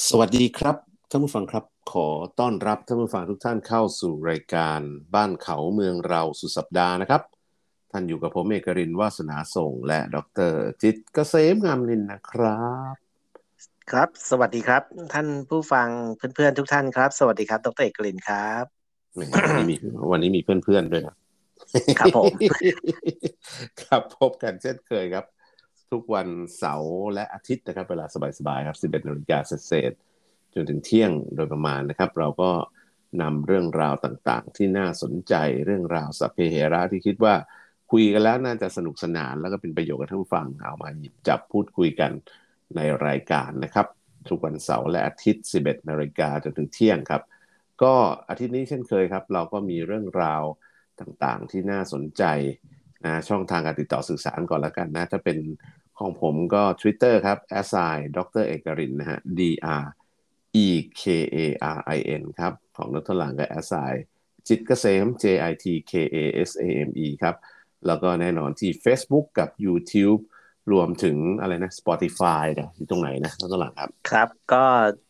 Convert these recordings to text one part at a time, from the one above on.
สวัสดีครับท่านผู้ฟังครับขอต้อนรับท่านผู้ฟังทุกท่านเข้าสู่รายการบ้านเขาเมืองเราสุดสัปดาห์นะครับท่านอยู่กับผมเอกรินทร์วาสนาส่งและดรจิตรเกษมงามนินนะครับครับสวัสดีครับท่านผู้ฟังเพื่อนๆทุกท่านครับสวัสดีครับดรเอกลินครับแหมวันนี้มี วันนี้มีเพื่อนๆด้วยนะครับผมครับพบกันเช่นเคยครับทุกวันเสาร์และอาทิตย์นะครับเวลาสบายๆครับ11 นาฬิกาเศษๆจนถึงเที่ยงโดยประมาณนะครับเราก็นำเรื่องราวต่างๆที่น่าสนใจเรื่องราวสัพเพเหระที่คิดว่าคุยกันแล้วน่าจะสนุกสนานแล้วก็เป็นประโยชน์กับท่านผู้ฟังเอามาหยิบจับพูดคุยกันในรายการนะครับทุกวันเสาร์และอาทิตย์11 นาฬิกาจนถึงเที่ยงครับก็อาทิตย์นี้เช่นเคยครับเราก็มีเรื่องราวต่างๆที่น่าสนใจนะช่องทางการติดต่อสื่อสารก่อนแล้วกันนะถ้าเป็นของผมก็ Twitter ครับ ดรเอกรินนะฮะ DREKARIN ครับของดรหลังก็ จิตรเกษม JITKASAME ครับแล้วก็แน่นอนที่ Facebook กับ YouTube รวมถึงอะไรนะ Spotify นะอยู่ตรงไหนนะดรหลังครับครับก็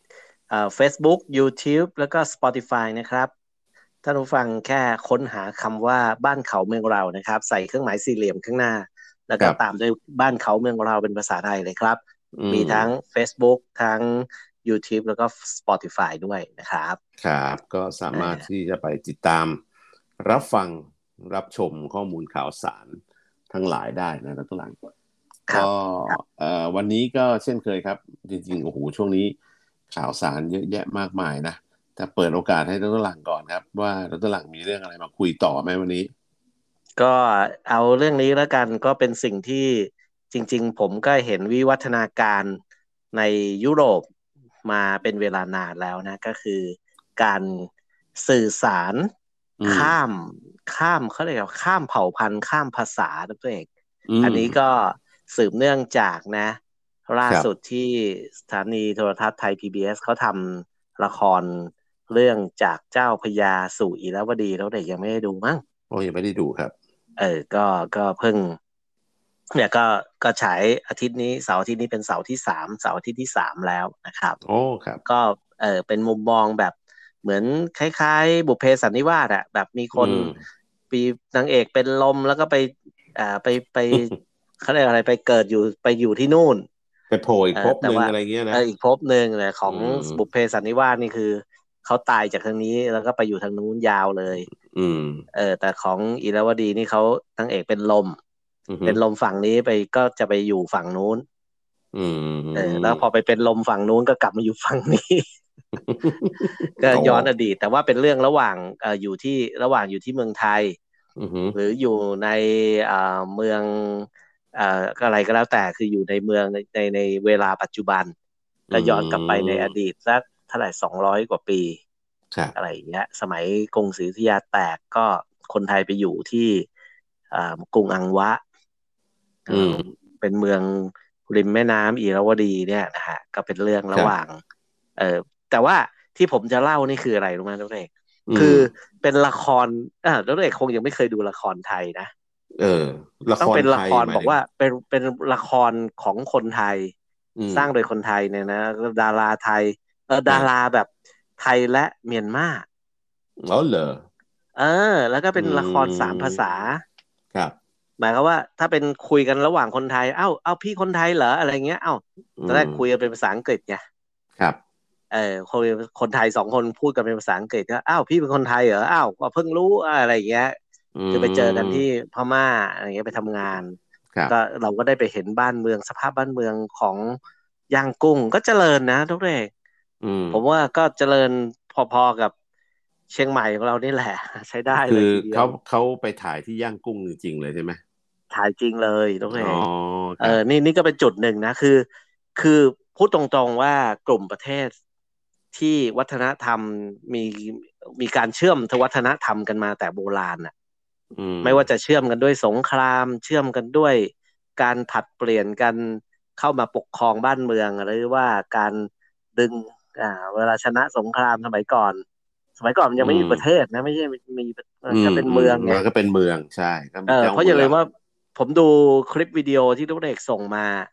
Facebook YouTube แล้วก็ Spotify นะครับท่านผู้ฟังแค่ค้นหาคำว่าบ้านเขาเมืองเรานะครับใส่เครื่องหมายสี่เหลี่ยมข้างหน้าแล้วก็ตามครับด้วยบ้านเขาเมืองเราเป็นภาษาไทยเลยครับอืมีทั้งม Facebook ทั้ง YouTube แล้วก็ Spotify ด้วยนะครับครับก็สามารถอ่าที่จะไปติดตามรับฟังรับชมข้อมูลข่าวสารทั้งหลายได้นะทุกหลังก็ครับครับวันนี้ก็เช่นเคยครับจริงๆโอ้โหช่วงนี้ข่าวสารเยอะแยะมากมายนะแต่เปิดโอกาสให้ดรหลังก่อนครับว่าดรหลังมีเรื่องอะไรมาคุยต่อไหมวันนี้ก็เอาเรื่องนี้แล้วกันก็เป็นสิ่งที่จริงๆผมก็เห็นวิวัฒนาการในยุโรปมาเป็นเวลานานแล้วนะก็คือการสื่อสารอืมข้ามข้ามเขาเรียกว่าข้ามเผ่าพันธุ์ข้ามภาษาตัวเองอืมอันนี้ก็สืบเนื่องจากนะล่าครับสุดที่สถานีโทรทัศน์ไทย PBS เขาทำละครเรื่องจากเจ้าพระยาสู่อีราวดีแล้วเด็กยังไม่ได้ดูมั้งโอ้ยังไม่ได้ดูครับเออก็เพิ่งเนี่ยก็ฉายอาทิตย์นี้เสาร์อาทิตย์นี้เป็นเสาร์อาทิตย์ที่สามแล้วนะครับโอ้ครับก็เป็นมุมมองแบบเหมือนคล้ายๆบุพเพสันนิวาสอะแบบมีคอืนมปีนางเอกเป็นลมแล้วก็ไปไป เขาเรียกอะไรไปเกิดอยู่ที่นู่นไปโผล่อีกภพแต่ว่าหนึ่งอะไรเงี้ยนะอีกภพหนึ่งเนี่ยขออืงบุพเพมสันนิวาสนี่คือเขาตายจากทางนี้แล้วก็ไปอยู่ทางนู้นยาวเลยอืมแต่ของอิราวดีนี่เขานางเอกเป็นลมอืมเป็นลมฝั่งนี้ไปก็จะไปอยู่ฝั่งนู้นอืแล้วพอไปมเป็นลมฝั่งนู้นก็กลับมาอยู่ฝั่งนี้ ก็โอ้ย้อนอดีตแต่ว่าเป็นเรื่องระหว่างระหว่างอยู่ที่เมืองไทยอือหือหรืออยู่ในเมืองอะไรก็แล้วแต่คืออยู่ในเมืองในเวลาปัจจุบันอืก็ย้อนกลับไปในอดีมตสักเท่าไหร่200 กว่าปีอะไรครับอย่างเงี้ยสมัยกรุงศรีอยุธยาแตกก็คนไทยไปอยู่ที่กรุงอังวะเอ่ออืมเป็นเมืองริมแม่น้ำอิราวดีเนี่ยนะฮะก็เป็นเรื่องคระหว่างรับเออแต่ว่าที่ผมจะเล่านี่คืออะไรรู้ไหมทุกเอกอืคือมเป็นละครทุกเอกคงยังไม่เคยดูละครไทยนะเออละคต้องเป็นรไทละครบอกยหมายถึงว่าเป็นละครของคนไทยอืมสร้างโดยคนไทยเนี่ยนะดาราไทยดาราอ่าแบบไทยและเมียนมาอ๋อเหรอเออแล้วก็อืเป็นละคร3 ภาษามครับหมายความว่าถ้าเป็นคุยกันระหว่างคนไทยเอ้าพี่คนไทยเหรออะไรเงี้ยเอ้าอืตอนแรกคุยกันมเป็นภาษาอังกฤษไงครับเออคนคนไทย2 คนพูดกันเป็นภาษาอังกฤษก็อ้าวพี่เป็นคนไทยเหรออ้าวก็เพิ่งรู้อะไรอย่างเงี้ยอืคือไปเจอกันที่มพม่าอะไรเงี้ยไปทำงานก็ครับเราก็ได้ไปเห็นบ้านเมืองสภาพบ้านเมืองของย่างกุ้งก็เจริญนะทุกเรื่องอืมผมว่าก็เจริญพอๆกับเชียงใหม่ของเรานี่แหละใช้ได้คือเลยทีเดียวเขาไปถ่ายที่ย่างกุ้งจริงๆเลยใช่ไหมถ่ายจริงเลยน้องเออ๋อกครับนี่ก็เป็นจุดหนึ่งนะคือพูดตรงๆว่ากลุ่มประเทศที่วัฒนธรรมมีมีการเชื่อมทวัฒนธรรมกันมาแต่โบราณน่ะอืมไม่ว่าจะเชื่อมกันด้วยสงครามเชื่อมกันด้วยการผลัดเปลี่ยนกันเข้ามาปกครองบ้านเมืองหรือว่าการดึงเวลาชนะสงครามสมัยก่อนมันอืยังไม่มีมประเทศนะไม่ใช่มีอืมก็เป็นอืมเมืองไงมันก็เป็นเมืองใช่ก็มีเจ้าเมืองเพราะอย่าลืมว่าผมดูคลิปวิดีโอที่ทุกเด็กส่งมา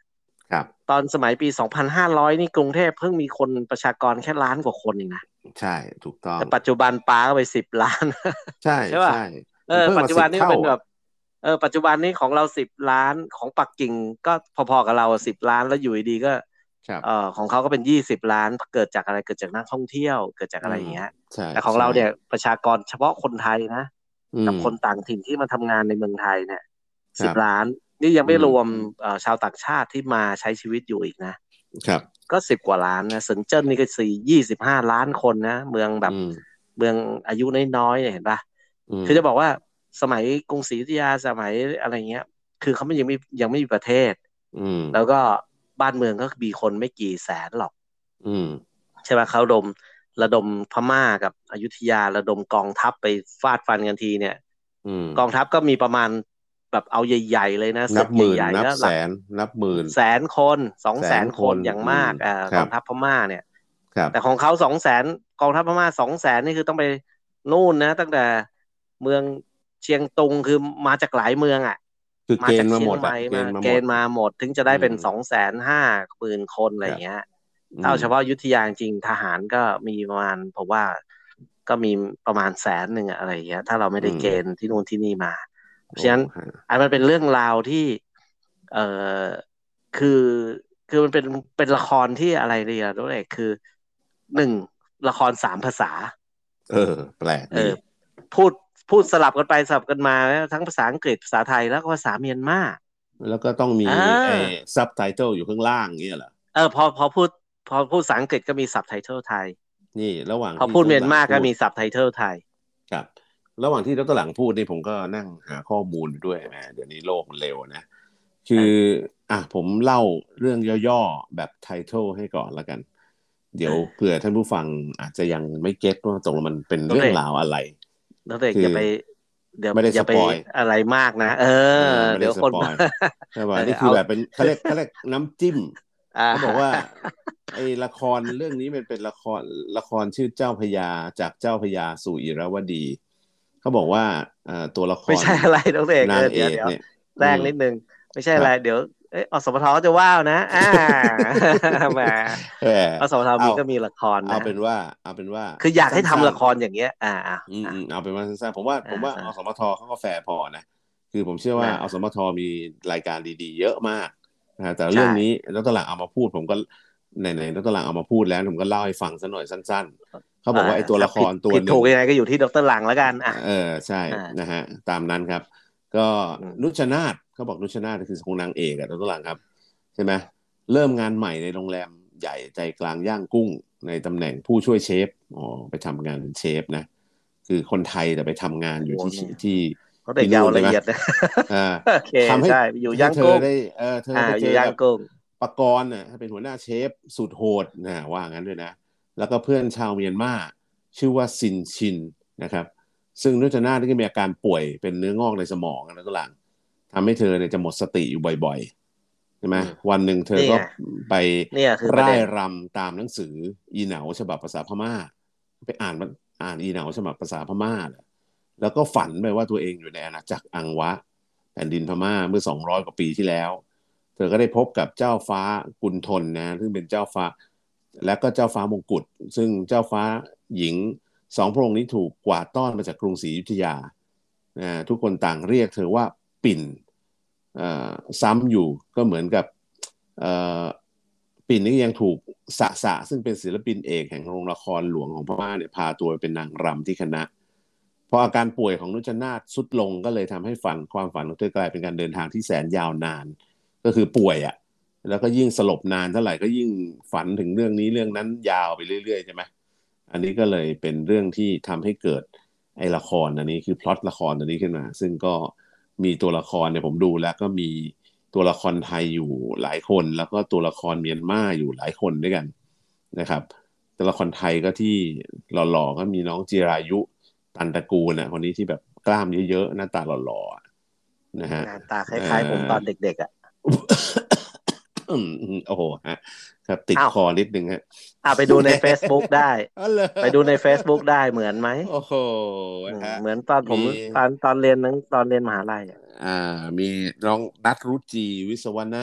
ครับตอนสมัยปี2,500นี่กรุงเทพเพิ่งมีคนประชากรแค่ล้านกว่าคนเองนะใช่ถูกต้องแต่ปัจจุบันปาก็ไป10 ล้านใช่ใช่ป่ะใช่มันเพิ่มมาปัจจุบันนี่ก็ 10 เท่าอ่ะเป็นแบบปัจจุบันนี้ของเรา10 ล้านของปักกิ่งก็พอๆกับเรา10 ล้านแล้วอยู่ดีๆก็ครับของเขาก็เป็น20 ล้านเกิดจากอะไรเกิดจากนักท่องเที่ยวเกิดจากอืมอะไรอย่างเงี้ยใช่แต่ของใช่เราเนี่ยประชากรเฉพาะคนไทยนะอืมกับคนต่างถิ่นที่มาทำงานในเมืองไทยเนี่ยครับสิบล้านนี่ยังอืมไม่รวมชาวต่างชาติที่มาใช้ชีวิตอยู่อีกนะครับก็10 กว่าล้านนะเซินเจิ้นนี่ก็25 ล้านคนนะเมืองแบบอืมเมืองอายุน้อยๆเนี่ยเห็นปะอืมคือจะบอกว่าสมัยกรุงศรีอยุธยาสมัยอะไรเงี้ยคือเขาไม่ยังไม่มีประเทศอืมแล้วก็บ้านเมืองก็มีคนไม่กี่แสนหรอกอืมใช่ไหมเขาระดมพม่ากับอยุธยาระดมกองทัพไปฟาดฟันกันทีเนี่ยอืมกองทัพก็มีประมาณแบบเอาใหญ่ๆเลยนะศึกในับหมื่นหญ่นับแสๆก็หลักนนับหมื่น 100,000 คนสองแสแสนคนคนนอย่างอืมมากครับกองทัพพม่าเนี่ยครับแต่ของเขา200,000กองทัพพม่า200,000นี่คือต้องไปนู่นนะตั้งแต่เมืองเชียงตุงคือมาจากหลายเมืองอ่ะคือเกมาจากณฑ์มาหมดเชียงใหม่อ่ะเกมาณฑ์มาหมดเกณฑ์มาหมดถึงจะได้อืเป็นม 250,000 คนอะไรครับอย่างเงี้ยอืมถ้าเอาเฉพาะอยุธยาจริงๆทหารก็มีประมาณผมว่าก็มีประมาณ100,000อะอะไรอย่างเงี้ยถ้าเราไม่อืมได้เกณฑ์ที่นู่นที่นี่มาเพราะโอ้ฉะนั้นฮะอันมันเป็นเรื่องราวที่เอ่อคือคือมันเป็นละครที่อะไรเนี่ยตัวเอกคือหนึ่งละคร3 ภาษาเออแปลกเออดีพูดพูดสลับกันไปสลับกันมาทั้งภาษาอังกฤษภาษาไทยแล้วก็ภาษาเมียนมาแล้วก็ต้องมีเไอ้ออซับไตเติลอยู่ข้างล่างเงี้ยเหรอพอพูดภาษาอังกฤษก็มีซับไตเติลไทยนี่ระหว่างพอพูดที่ดรเมียนมาก็หลังพูดมีซับไตเติลไทยครับระหว่างที่ดรหลังพูดนี่ผมก็นั่งหาข้อมูลไปด้วยนะเดี๋ยวนี้โลกมันเร็วนะคือเออผมเล่าเรื่องย่อๆแบบไทท l ลให้ก่อนแล้วกันเดี๋ยวเผื่อท่านผู้ฟังอาจจะยังไม่เก็ตว่าตกลงมันเป็นเรื่องน้องเอกราวอะไรน้องเอกคือเดี๋ยวไม่ได้อย่าไปสปอยอะไรมากนะไม่เดี๋ยวคนมาได้สปอยใช่ ป่ะนี่คือเอาแบบเป็นเขาเรียกน้ำจิ้มอ่าเขาบอกว่าไอ้ละครเรื่องนี้มันเป็นละครชื่อเจ้าพระยาจากเจ้าพระยาสู่อิรวดีเขาบอกว่าตัวละคไม่รใช่อะไรน้องเอกนางเอเดี๋ยวกเนี่ยแรอืมกนิดนึงไม่ใช่ครับอะไรเดี๋ยวอสมทก็จะว้าวนะแหมแหมอสมทเอามีก็มีละครนะเอาเป็นว่าเอาเป็นว่าคืออยากสัให้้ทำนละครอย่างเงี้ยเอาเป็นว่าสั้นๆผมว่าอ่าอสมทเขาก็แฟร์พอนะคือผมเชื่อว่าน่าอสมทมีรายการดีๆเยอะมากนะแต่ใช่เรื่องนี้ดรหลังเอามาพูดผมก็ไหนๆดรหลังเอามาพูดแล้วผมก็เล่าให้ฟังสักหน่อยสั้นๆเขาเอ่อบอกว่าไอ้ตัวละคถ้าผิดผิดรตัวหนึ่งถูกยังไงก็อยู่ที่ดรหลังแล้วกันใช่อ่านะฮะตามนั้นครับก็อืมนุชนาธเขาบอกนุชนาธคือของนางเอกอะตัวหลังครับใช่ไหมเริ่มงานใหม่ในโรงแรมใหญ่ใจกลางย่างกุ้งในตำแหน่งผู้ช่วยเชฟไปทำงานเป็นเชฟนะคือคนไทยแต่ไปทำงานโอ้โหอยู่ที่เนี่ยที่เขาเด็ที่กยาวนู่นใช่ไหมละเอียดนะอ่าโอเคทำให้ใช่อยู่ให้เธอย่างกุ้งได้เธอไปเจอยู่อกับย่างกุ้งปกรณ์น่ะเป็นหัวหน้าเชฟสุดโหดนะว่างั้นด้วยนะแล้วก็เพื่อนชาวเมียนมาชื่อว่าซินชินนะครับ ซึ่งนุชนาธก็มีอาการป่วยเป็นเนื้องอกในสมองแล้วก็หลังทำให้เธอเนี่ยจะหมดสติอยู่บ่อยๆใช่ไหมอืมวันหนึ่งเธอก็นี่ไงไปเนี่ยคือประร่ายเด็นรำตามหนังสืออีเหนาฉบับภาษาพม่าไปอ่านอีเหนาฉบับภาษาพม่าแล้วก็ฝันไปว่าตัวเองอยู่ในอาณาจักรอังวะแผ่นดินพม่าเมื่อ200 กว่าปีที่แล้วเธอก็ได้พบกับเจ้าฟ้ากุนทนนะซึ่งเป็นเจ้าฟ้าและก็เจ้าฟ้ามงกุฎซึ่งเจ้าฟ้าหญิง 2 พระองค์นี้ถูกกวาดต้อนมาจากกรุงศรีอยุธยาทุกคนต่างเรียกเธอว่าปิ่นซ้ำอยู่ก็เหมือนกับปิ่นนี่ยังถูกสะซึ่งเป็นศิลปินเอกแห่งโรงละครหลวงของพม่าเนี่ยพาตัวไปเป็นนางรำที่คณะพออาการป่วยของนุชนาธทรุดลงก็เลยทำให้ความฝันของเธอกลายเป็นการเดินทางที่แสนยาวนานก็คือป่วยอ่ะแล้วก็ยิ่งสลบนานเท่าไหร่ก็ยิ่งฝันถึงเรื่องนี้เรื่องนั้นยาวไปเรื่อยๆใช่ไหม อันนี้ก็เลยเป็นเรื่องที่ทำให้เกิดไอ้ละครอันนี้คือพล็อตละครอันนี้ขึ้นมาซึ่งก็มีตัวละครเนี่ยผมดูแล้วก็มีตัวละครไทยอยู่หลายคนแล้วก็ตัวละครเมียนมาอยู่หลายคนด้วยกันนะครับตัวละครไทยก็ที่หล่อๆก็มีน้องจิรายุตันตระกูลนะคนนี้ที่แบบกล้ามเยอะๆหน้าตาหล่อๆนะฮะหน้าตาคเอ่ล้ายๆผมอตอนเด็กๆอืมโอ้โหฮะครับติดอ้าวคอนิดนึงฮะไปดูใน Facebook ได้อ๋อเหรอไปดูใน Facebook ได้เหมือนไหมโอ้โหฮะเหมือนตอนผมีมตอนเรียนมหาลัยอ่ามีน้องนัทรุจีวิศวนาถ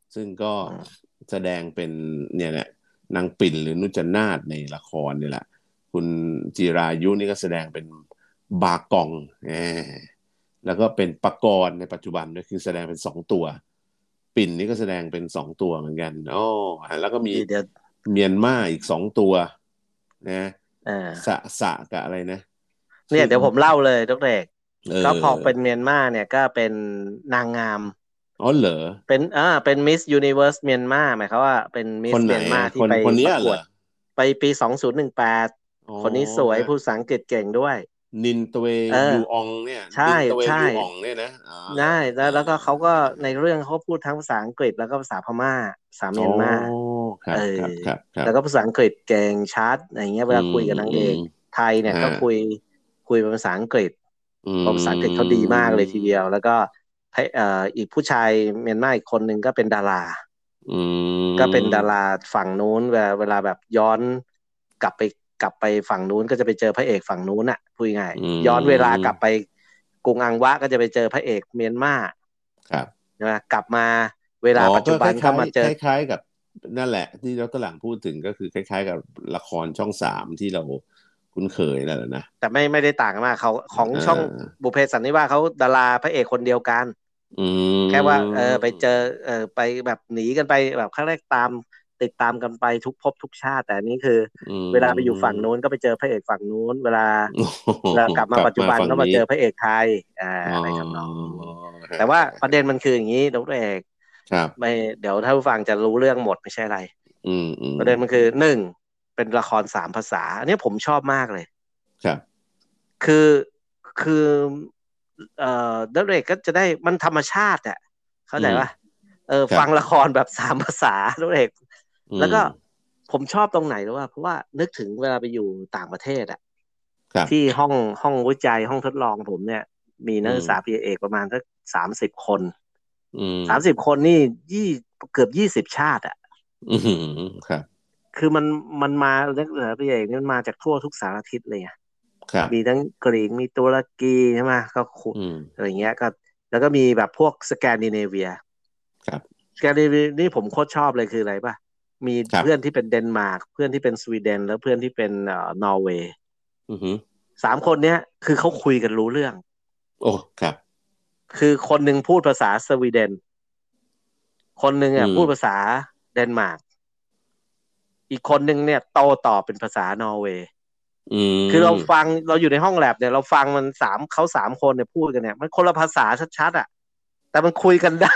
ซึ่งก็อืมแสดงเป็นเนี่ยแหละนางปิ่นหรือนุจนาถในละครนี่แหละคุณจิรายุนี่ก็แสดงเป็นบากองแหมแล้วก็เป็นปกรณ์ในปัจจุบันก็คือแสดงเป็นสองตัวปิ่นนี่ก็แสดงเป็นสองตัวเหมือนกันอ๋อแล้วก็มีเดี๋ยวเมียนมาอีกสองตัวนะอ่สะาสะกับอะไรนะเนี่ยชื่อเดี๋ยวผมเล่าเลยดรเอกเอก็พอเป็นอเมียนมาเนี่ยก็เป็นนางงามอ๋อเหรอเป็นมิสยูนิเวิร์สเมียนมาหมายความว่าเป็นมิคนไหนสเมียนมาอ่ะที่ไปคนเนี้ประกวดยเหรอไปปี2018 อ๋อคนนี้สวยฮะพูดภาษาอังกฤษเก่งด้วยนินตเวเออยูอองเนี่ยใช่นินตเวใช่ยูอองเนี่ยนะอ๋อเหรได้อแล้วก็เขาก็ในเรื่องเขาพูดทั้งภาษาอังกฤษแล้วก็ภาษาพม่าภาษาอ๋เมีอยนมาครัเออบครับครับครับแล้วก็ภาษาอังกฤษเก่งชัดอะไรเงี้ยเวอืมลาคุยกับนางอืมเอกไทยเนี่ยฮะก็คุยเป็นภาษาอังกฤษอืเพราะภาษาอังกฤษเขาดีมากเลยทีเดียวแล้วก็ให้อีกผู้ชายเมียนมาอีกคนหนึ่งก็เป็นดาราอืก็เป็นดารามฝั่งนู้นเวลาแบบย้อนกลับไปกลับไปฝั่งนู้นก็จะไปเจอพระเอกฝั่งนู้นอ่ะพูดง่ายอืๆย้อนเวลากลับไปมกรุงอังวะก็จะไปเจอพระเอกเมียนมาครับใช่ไหมกลับมาเวอ๋อลาปัจก็จุบันก็มาเจอคล้ายๆกับนั่นแหละที่ดรหลังพูดถึงก็คือคล้ายๆกับละครช่องสามที่เราคุ้นเคยนั่นแหละนะแต่ไม่ได้ต่างกันมากเขาของอ่ช่องาบุพเพสันนิวาสเขาดาราพระเอกคนเดียวกันอืแค่ว่าไปเจอมไปแบบหนีกันไปแบบครั้งแรกติดตามกันไปทุกภพทุกชาติแต่อันนี้คืออืเวลาไปอยู่ฝั่งมนู้นก็ไปเจอพระเอกฝั่งนู้นเวลากลับกลับมามาปัจจุบันฝั่งนี้ก็มาเจอพระเอกไทยอ๋อะไรทำนองอนี้ฮะแต่ว่าฮะประเด็นมันคืออย่างนี้ดรเอกครับไม่เดี๋ยวถ้าผู้ฟังจะรู้เรื่องหมดไม่ใช่อะไรอืมอืมประเด็นมันคือหนึ่งเป็นละคร3 ภาษาอันนี้ผมชอบมากเลยครับคือคือเอ่อดรเอกก็จะได้มันธรรมชาติอ่ะเข้าอืมใจป่ะครับฟังละครแบบ3 ภาษาด้วยเอกแล้วก็อืมผมชอบตรงไหนรู้ว่าเพราะว่านึกถึงเวลาไปอยู่ต่างประเทศอะที่ครับห้องวิจัยห้องทดลองผมเนี่ยมีอืนักศึกษาปมริญญาเอกประมาณสัก30 คนอืม 30 คนนี่ยี่เกือบ20 ชาติอะอืมครับคือมันมานักศึกษาปริญญาเอกนี่มันมาจากทั่วทุกสารทิศเลยไงครับมีทั้งกรีกมีตุรกีใช่ไหมก็คุอืมอะไรเงี้ยก็แล้วก็มีแบบพวกสแกนดิเนเวียครับสแกนดิเนเวียนี่ผมโคตรชอบเลยคืออะไรป่ะมีครับเพื่อนที่เป็นเดนมาร์กเพื่อนที่เป็นสวีเดนแล้วเพื่อนที่เป็นนอร์เวย์อือหือ 3 คนเนี้ยคือเขาคุยกันรู้เรื่องโอ้ครับคือคนหนึ่งพูดภาษาสวีเดนคนหนึ่งอืมอ่ะพูดภาษาเดนมาร์กอีกคนหนึ่งเนี่ยโตตอบเป็นภาษานอร์เวย์อืคือมเราอยู่ในห้องแลบเนี่ยเราฟังมันเขา3 คนเนี่ยพูดกันเนี่ยมันคนละภาษาชัดๆอ่ะแต่มันคุยกันได้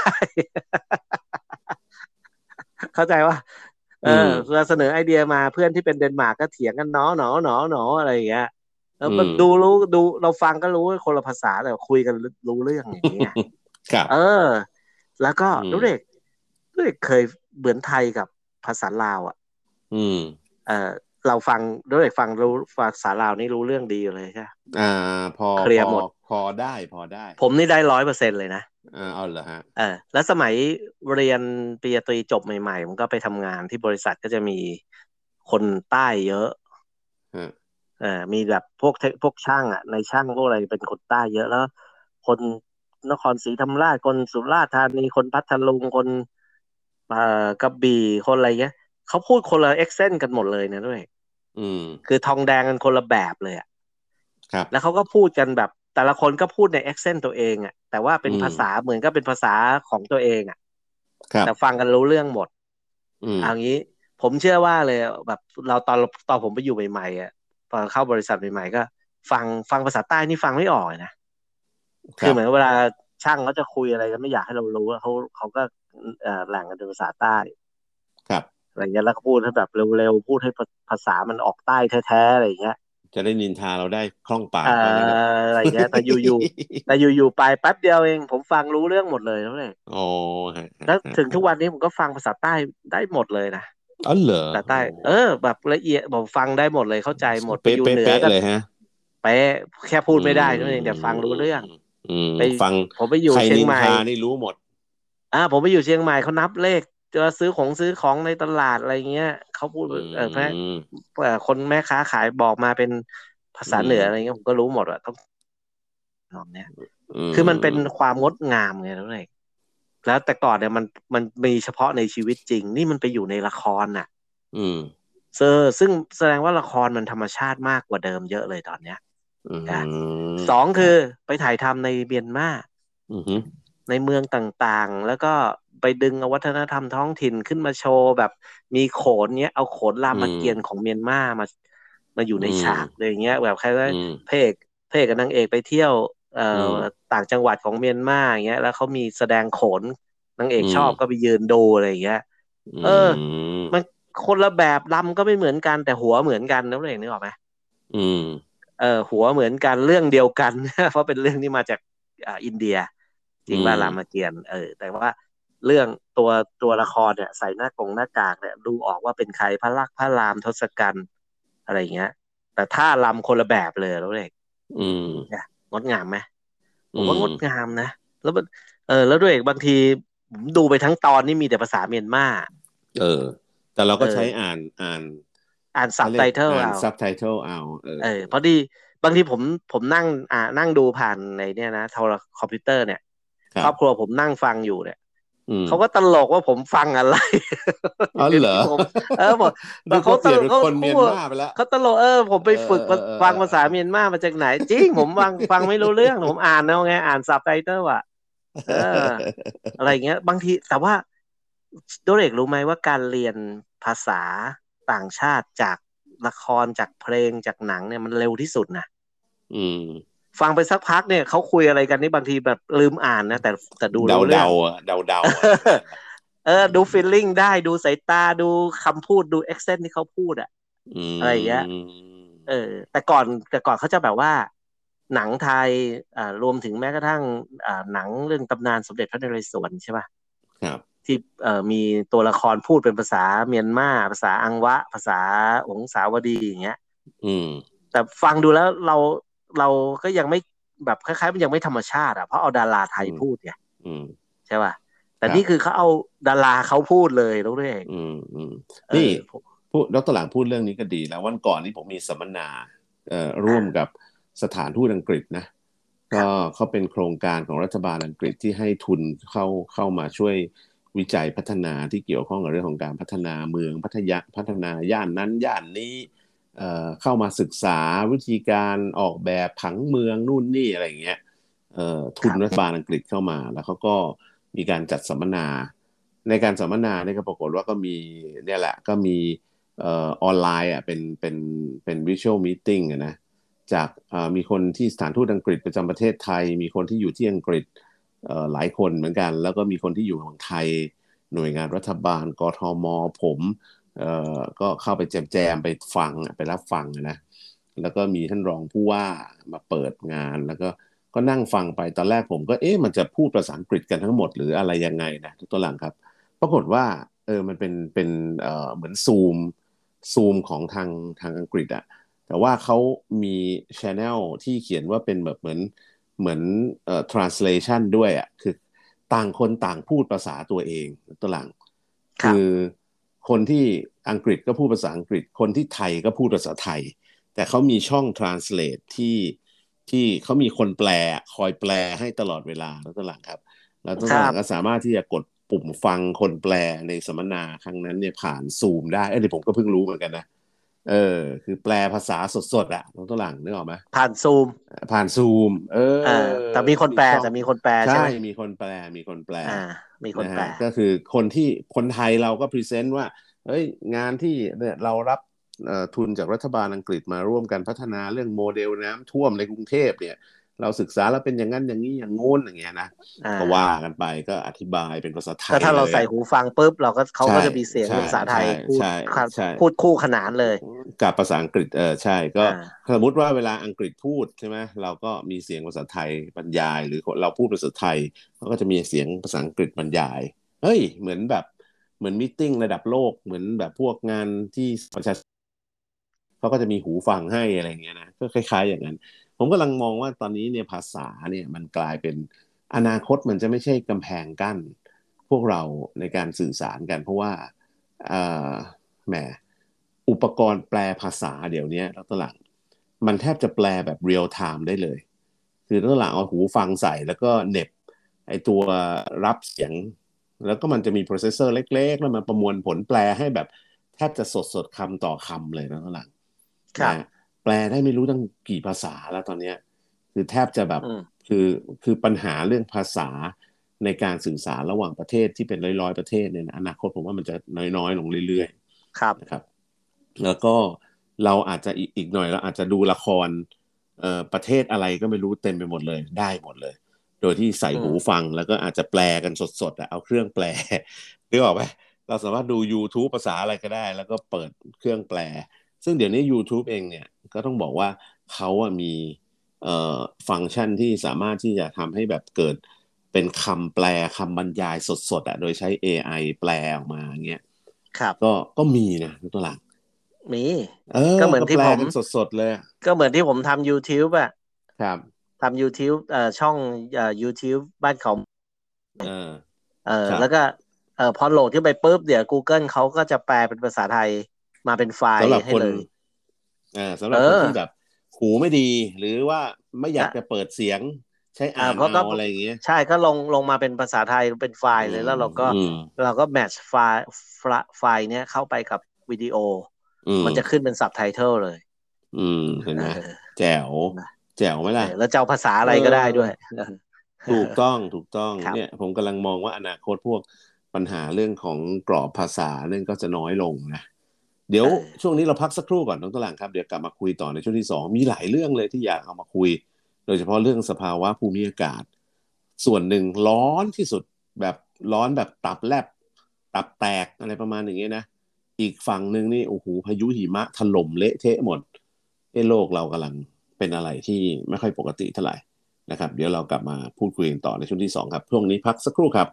เข้าใจว่าอืมเราเสนอไอเดียมาเพื่อนที่เป็นเดนมาร์กก็เถียงกันหนออะไรอย่างเงี้ยมันอืมดูเราฟังก็รู้ว่าคนละภาษาแต่คุยกันรู้เรื่องอย่างเงี้ยครับเออแล้วก็อืมรู้เด็กเคยเหมือนไทยกับภาษาลาวอ่ะอืมเออเราฟังรู้เด็กฟังรู้ภาษาลาวนี่รู้เรื่องดีอยู่เลยใช่ไหมอ่าพอพอเคลียร์หมดพอได้พอได้ผมนี่ได้100%เลยนะเอาเหรอฮะแล้วสมัยเรียนปริญญาตรีจบใหม่ๆผมก็ไปทำงานที่บริษัทก็จะมีคนใต้เยอะฮะมีแบบพวกช่างอ่ะในช่างพวกอะไรเป็นคนใต้เยอะแล้วคนนครศรีธรรมราชคนสุราษฎร์ธานีคนพัทลุงคนกระบี่คนอะไรเงี้ยเขาพูดคนละเอ็กเซนต์กันหมดเลยนะด้วยอืมคือทองแดงกันคนละแบบเลยอ่ะครับแล้วเขาก็พูดกันแบบแต่ละคนก็พูดในเอ็กเซนต์ตัวเองอ่ะแต่ว่าเป็อืมนภาษาเหมือนก็เป็นภาษาของตัวเองอ่ะครับแต่ฟังกันรู้เรื่องหมดอืมเอางี้ผมเชื่อว่าเลยแบบเราตอนผมไปอยู่ใหม่ๆอ่ะตอนเข้าบริษัทใหม่ๆก็ฟังภาษาใต้นี่ฟังไม่ออกเลยนะคือเหมือนครับเวลาช่างเขาจะคุยอะไรกันไม่อยากให้เรารู้อะเขาก็แหล่งกันเป็นภาษาใต้ครับอะไรเงี้ยแล้วก็พูดให้แบบเร็วๆพูดให้ภาษามันออกใต้แท้ๆอะไรเงี้ยจะได้นินทาเราได้คล่องปาเอ่อกว่างั้นเถอะอะไรเงี้ยแต่อยู่ไปแป๊บเดียวเองผมฟังรู้เรื่องหมดเลยนะเลยอ๋อฮะฮะแล้วฮะถึงทุกวันนี้ผมก็ฟังภาษาใต้ได้หมดเลยนะอ๋อเหรอแต่ใต้โอ้แบบละเอียดบอกฟังได้หมดเลยเข้าใจหมดไปอยู่เป๊ะเป๊ะเหนือก็เป๊ะเลยฮะเป๊ะแค่พูอืดไม่ได้นั่นเองแต่ฟังรู้เรื่องมอืมไปฟังผมไปอยู่ใครเชียงใหม่นินทานี่รู้หมดผมไปอยู่เชียงใหม่เขานับเลขจะซื้อของในตลาดอะไรเงี้ยเขาพูดอืแม่มคนแม่ค้าขายบอกมาเป็นภาอืษาเหนืออะไรมเงี้ยผมก็รู้หมดว่าต้องนองเนี้ยอืคือมันเป็นมความงดงามไงแล้วไงแล้วแต่ก่อนเนี่ยมันมีเฉพาะในชีวิตจริงนี่มันไปอยู่ในละครน่ะอืมซึ่งแสดงว่าละครมันธรรมชาติมากกว่าเดิมเยอะเลยตอนเนี้ยอืนะมสองคือครับไปถ่ายทำในเมียนมาอือฮึในเมืองต่างๆแล้วก็ไปดึงเอาวัฒนธรรมท้องถิ่นขึ้นมาโชว์แบบมีโขนเนี้ยเอาโขนราอืมเกียรติขอมงเมียนมามาอยู่อืในฉากเลยมอย่างเงี้ยแบบใครว่าอืมพระเอกพระเอกกับนางเอกไปเที่ยวอืมต่างจังหวัดของเมียนมาอย่างเงี้ยแล้วเขามีแสดงโขนนางเอกอืมชอบก็ไปยืนดูอะไรอย่างเงี้ยอืเออมันมคนละแบบลำก็ไม่เหมือนกันแต่หัวเหมือนกันนะเองนึกออกไหมอืมหัวเหมือนกันเรื่องเดียวกันเพราะเป็นเรื่องที่มาจากอินเดียจอืริงว่ารามมเกียรติ์แต่ว่าเรื่องตัวละครเนี่ยใส่หน้ากากเนี่ยดูออกว่าเป็นใครพระลักษมณ์พระรามทศกัณฐ์อะไรอย่างเงี้ยแต่ท่ารำคนละแบบเลยแล้วเองอืมเนี่ยงดงามไหมผอืมมว่างดงามนะแล้วมันแล้วด้วยเอกบางทีผมดูไปทั้งตอนนี่มีแต่ภาษาเมียนมาเออแต่เราเออก็ใช้อ่านอ่านซับไตเขาเรียกเติลเอาอ่านซับไตเติลเอาเออพอดีบางทีผมนั่งดูผ่านในเนี่ยนะโทรคอมพิวเตอร์เนี่ยครับครอบครัวผมนั่งฟังอยู่เนี่ยอืมเขาก็ตลกว่าผมฟังอะไรอ๋อเดี๋ยเหรอวนี้ผมบอกนึกเขาว่าเปลี่ยนเป็นตลกเขาคนเมียนพูดมาไปแล้วเขาตลกผมไปฝึกฟังภาษาเมียนมามาจากไหนจริงผมฟังไม่รู้เรื่องผมอ่านเอาไงอ่านซับไตเติลอ่ะเอออะไรเงี้ยบางทีแต่ว่าโดเรกรู้ไหมว่าการเรียนภาษาต่างชาติจากละครจากเพลงจากหนังเนี่ยมันเร็วที่สุดนะอืมฟังไปสักพักเนี่ยเขาคุยอะไรกันนี่บางทีแบบลืมอ่านนะแต่ดูเดารู้เรื่องเดาเดาอะไรอย่างนั้นนะดูฟีลลิ่งได้ดูสายตาดูคำพูดดู accent ที่เขาพูดอะอือะไรอย่างเงี้ยมแต่ก่อนเขาจะแบบว่าหนังไทยรวมถึงแม้กระทั่งหนังเรื่องตำนานสมเด็จพระนเรศวรใช่ป่ะครับที่มีตัวละครพูดเป็นภาษาเมียนมาภาษาอังวะภาษาหงสาวดีอย่างเงี้ยอืมแต่ฟังดูแล้วเราก็ยังไม่แบบคล้ายๆมันยังไม่ธรรมชาติอ่ะเพราะเอาดาราไทอืมยพูดไงอืมใช่ป่ะแต่ครับนี่คือเขาเอาดาราเขาพูดเลยรู้ด้วยเองอืมอืมเออนี่ผมพูดดรหลังพูดเรื่องนี้ก็ดีแล้ววันก่อนนี้ผมมีสัมมนาร่วมอ่ากับสถานทูตอังกฤษนะก็ครับเขาเป็นโครงการของรัฐบาลอังกฤษที่ให้ทุนเข้าเข้ามาช่วยวิจัยพัฒนาที่เกี่ยวข้องกับเรื่องของการพัฒนาเมืองพัฒนาย่านนั้นย่านนี้เข้ามาศึกษาวิธีการออกแบบผังเมืองนู่นนี่อะไรอย่างเงี้ยคทุนรับรัฐบาลอังกฤษเข้ามาแล้วเขาก็มีการจัดสัมมนาในการสัมมนาเนี่ยก็ปรากฏว่าก็มีเนี่ยแหละก็มีออนไลน์อ่ะเป็นวิชวลมีตติ้งนะจากมีคนที่สถานทูตอังกฤษประจำประเทศไทยมีคนที่อยู่ที่อังกฤษหลายคนเหมือนกันแล้วก็มีคนที่อยู่ของไทยหน่วยงานรัฐบาลกทมผมก็เข้าไปแจมไปฟังไปรับฟังนะแล้วก็มีท่านรองผู้ว่ามาเปิดงานแล้วก็นั่งฟังไปตอนแรกผมก็เอ๊ะมันจะพูดภาษาอังกฤษกันทั้งหมดหรืออะไรยังไงนะตัวหลังครับปรากฏว่ามันเป็นเหมือนซูมของทางอังกฤษอะแต่ว่าเขามีช anel ที่เขียนว่าเป็นแบบเหมือนtranslation ด้วยอะคือต่างคนต่างพูดภาษาตัวเองตัวหลังคือครับคนที่อังกฤษก็พูดภาษาอังกฤษคนที่ไทยก็พูดภาษาไทย แต่เขามีช่อง translate ที่เขามีคนแปลคอยแปลให้ตลอดเวลาแล้วตัวหลังครับแล้วตัวหลังก็ครับสามารถที่จะกดปุ่มฟังคนแปลในสัมมนาครั้งนั้นเนี่ยผ่านซูมได้เออเดี๋ยวผมก็เพิ่งรู้เหมือนกันนะเออคือแปลภาษาสดๆอะตัวหลังนึกออกไหมผ่านซูมผ่านซูมอ่าแต่มีคนมีช่องแปลแต่มีคนแปลใช่ใช่ไหมมีคนแปลอ่ามีคนนะแปลฮะก็คือคนไทยเราก็พรีเซนต์ว่าเฮ้ยงานที่เนี่ยเรารับทุนจากรัฐบาลอังกฤษมาร่วมกันพัฒนาเรื่องโมเดลน้ำท่วมในกรุงเทพเนี่ยเราศึกษาแล้วเป็นอย่างนั้นอย่างนี้อย่างงู้นอย่างเงี้ยนะอ่ก็ว่าากันไปก็อธิบายเป็นภาษาไทก็ถ้าเรายเลยอ่ะใส่หูฟังปุ๊บเขาใช่ก็จะมีเสียงใช่เป็นภาษาไทใช่ยพูดใช่ใช่พูดคู่ขนานเลยกับภาษาอังกฤษใช่ก็อ่าสมมติว่าเวลาอังกฤษพูดใช่ไหมเราก็มีเสียงภาษาไทยบรรยายหรือเราพูดภาษาไทยเขาก็จะมีเสียงภาษาอังกฤษบรรยายเฮ้ยเหมือนมีตติ้งระดับโลกเหมือนแบบพวกงานที่ประชาชนเขาก็จะมีหูฟังให้อะไรเงี้ยนะก็คล้ายๆอย่างนั้นผมกำลังมองว่าตอนนี้เนี่ยภาษาเนี่ยมันกลายเป็นอนาคตมันจะไม่ใช่กำแพงกั้นพวกเราในการสื่อสารกันเพราะว่าเอ่อแหมอุปกรณ์แปลภาษาเดี๋ยวนี้แล้วตหลังมันแทบจะแปลแบบเรียลไทม์ได้เลยคือตหลังเอาหูฟังใส่แล้วก็เหน็บไอตัวรับเสียงแล้วก็มันจะมีโปรเซสเซอร์เล็กๆแล้วมันประมวลผลแปลให้แบบแทบจะสดคำต่อคำเลยนะข้างหลังครับนะแปลได้ไม่รู้ตั้งกี่ภาษาแล้วตอนเนี้ยคือแทบจะแบบอืมคือคือปัญหาเรื่องภาษาในการสื่อสารระหว่างประเทศที่เป็นร้อยๆประเทศเนี่ยนะอนาคตผมว่ามันจะน้อยๆลงเรื่อยครับๆนะครับแล้วก็เราอาจจะอีกหน่อยเราอาจจะดูละครประเทศอะไรก็ไม่รู้เต็มไปหมดเลยได้หมดเลย โดยที่ใส่อืมหูฟังแล้วก็อาจจะแปลกันสดๆอะเอาเครื่องแปลนึกออกไหมเราสามารถดู YouTube ภาษาอะไรก็ได้แล้วก็เปิดเครื่องแปลซึ่งเดี๋ยวนี้ YouTube เองเนี่ยก็ต้องบอกว่าเขาอะมีฟังก์ชันที่สามารถที่จะทำให้แบบเกิดเป็นคำแปลคำบรรยายสดๆอะโดยใช้ AI แปลออกมาอย่างเงี้ยครับก็มีนะตัวหลังมีเอก็เหมือนก็แปที่ผมลกันสดๆเลยก็เหมือนที่ผมทำ YouTube อะครับทำ YouTube ช่องYouTube บ้านเขาเออแล้วก็ครับพอโหลดขึ้นไปปุ๊บเดี๋ยว Google เขาก็จะแปลเป็นภาษาไทยมาเป็นไฟล์สำหรับคนให้เลยสำหเอรับคนอที่แบบหูไม่ดีหรือว่าไม่อยากจะก็เปิดเสียงใช้อ่านเอาเพราะก็อะไรอย่างเงี้ยใช่ก็ลงมาเป็นภาษาไทยเป็นไฟอืล์เลยมแล้วเราก็อืมเราก็แมทช์ไฟล์เนี้ยเข้าไปกับวิดีโออืมมันจะขึ้นเป็นซับไตเติลเลยอืมเห็นเอไหมอแจ๋วแจ๋วไหมล่ะแล้วจะเอาภาษาเออะไรก็ได้ด้วยอ ถูกต้องถูกต้องครับเนี่ยผมกำลังมองว่าอนาคตพวกปัญหาเรื่องของกรอบภาษาเนี่ยก็จะน้อยลงนะเดี๋ยวเออช่วงนี้เราพักสักครู่ก่อนน้องตะหลังครับเดี๋ยวกลับมาคุยต่อในช่วงที่สองมีหลายเรื่องเลยที่อยากเอามาคุยโดยเฉพาะเรื่องสภาวะภูมิอากาศส่วนหนึ่งร้อนที่สุดแบบร้อนแบบตับแลบตับแตกอะไรประมาณอย่างเงี้ยนะอีกฝั่งหนึ่งนี่โอ้โหพายุหิมะถล่มเละเทะหมดโลกเรากำลังเป็นอะไรที่ไม่ค่อยปกติเท่าไหร่ นะครับเดี๋ยวเรากลับมาพูดคุยกันต่อในช่วงที่2ครับช่วงนี้พักสักครู่ครับ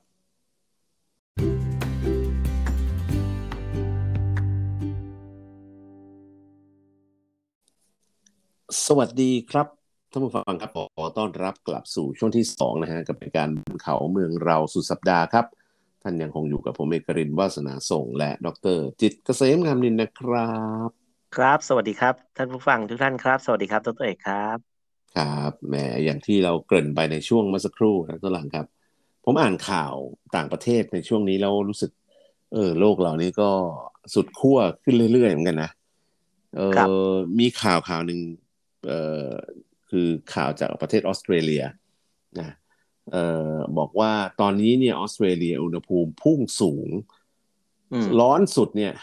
สวัสดีครับท่านผู้ฟังครับขอต้อนรับกลับสู่ช่วงที่2นะฮะกับรายการบนเขาเมืองเราสุดสัปดาห์ครับท่านยังคงอยู่กับผมเอกรินทร์วาสนาส่งและดรจิตรเกษมงามนินนะครับครับสวัสดีครับท่านผู้ฟังทุกท่านครับสวัสดีครับดรเอกครับครับแหมอย่างที่เราเกริ่นไปในช่วงเมื่อสักครู่นะตัวหลังครับผมอ่านข่าวต่างประเทศในช่วงนี้แล้วรู้สึกโลกเรานี้ก็สุดขั้วขึ้นเรื่อยๆเหมือนกันนะ เอ่ครับมีข่าวหนึ่งเอ่อคือข่าวจากประเทศออสเตรเลียนะบอกว่าตอนนี้เนี่ยออสเตรเลียอุณหภูมิพุ่งสูงอืมร้อนสุดเนี่ย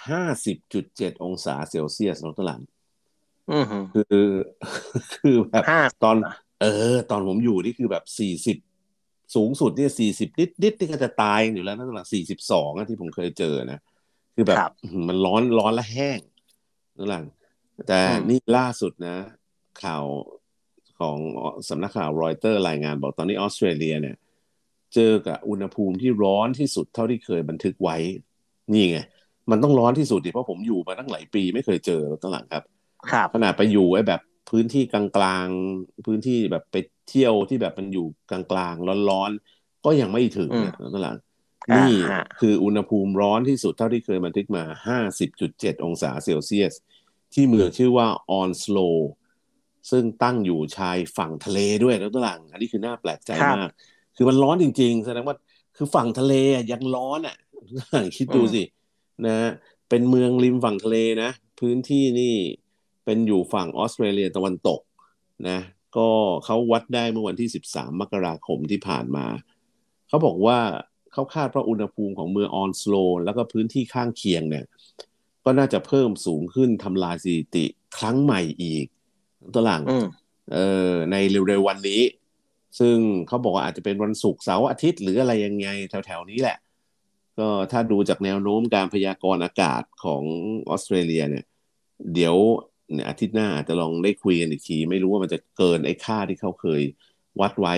50.7 องศาเซลเซียสลดตารางอืมฮึคือคือแบบห้าตอนเออตอนผมอยู่นี่คือแบบ40สูงสุดเนี่ย40นิดนี่ก็จะตายอยู่แล้วนะตาราง42ที่ผมเคยเจอนะคือแบบครับมันร้อนและแห้งตาราง แต่อืมนี่ล่าสุดนะข่าวของสำนักข่าวรอยเตอร์รายงานบอกตอนนี้ออสเตรเลียเนี่ยเจอกับอุณหภูมิที่ร้อนที่สุดเท่าที่เคยบันทึกไว้นี่ไงมันต้องร้อนที่สุดดิเพราะผมอยู่มาตั้งหลายปีไม่เคยเจอตั้งหลังครับครับขนาดไปอยู่ไอ้แบบพื้นที่กลางๆพื้นที่แบบไปเที่ยวที่แบบมันอยู่กลางๆร้อนๆก็ยังไม่ถึงอืมอ่ะตั้งหลังอ่านี่ฮะคืออุณหภูมิร้อนที่สุดเท่าที่เคยบันทึกมา50.7 องศาเซลเซียส ที่เมืองชื่อว่าออนสโลซึ่งตั้งอยู่ชายฝั่งทะเลด้วยนะตัวหลังอันนี้คือน่าแปลกใจมากครับคือมันร้อนจริงๆแสดงว่าคือฝั่งทะเลยังร้อนอ่ะคิดอืมดูสินะเป็นเมืองริมฝั่งทะเลนะพื้นที่นี่เป็นอยู่ฝั่งออสเตรเลียตะวันตกนะก็เขาวัดได้เมื่อวันที่13 มกราคมที่ผ่านมาเขาบอกว่าเขาคาดว่าอุณหภูมิของเมืองออนสโลแล้วก็พื้นที่ข้างเคียงเนี่ย ก็น่าจะเพิ่มสูงขึ้นทำลายสถิติครั้งใหม่อีกตัวหลังอืมในเร็วๆวันนี้ซึ่งเขาบอกว่าอาจจะเป็นวันศุกร์เสาร์อาทิตย์หรืออะไรยังไงแถวๆนี้แหละก็ถ้าดูจากแนวโน้มการพยากรณ์อากาศของออสเตรเลียเนี่ยเดี๋ยวเนี่ยอาทิตย์หน้าอาจจะลองได้คุยกันอีกทีไม่รู้ว่ามันจะเกินไอ้ค่าที่เขาเคยวัดไว้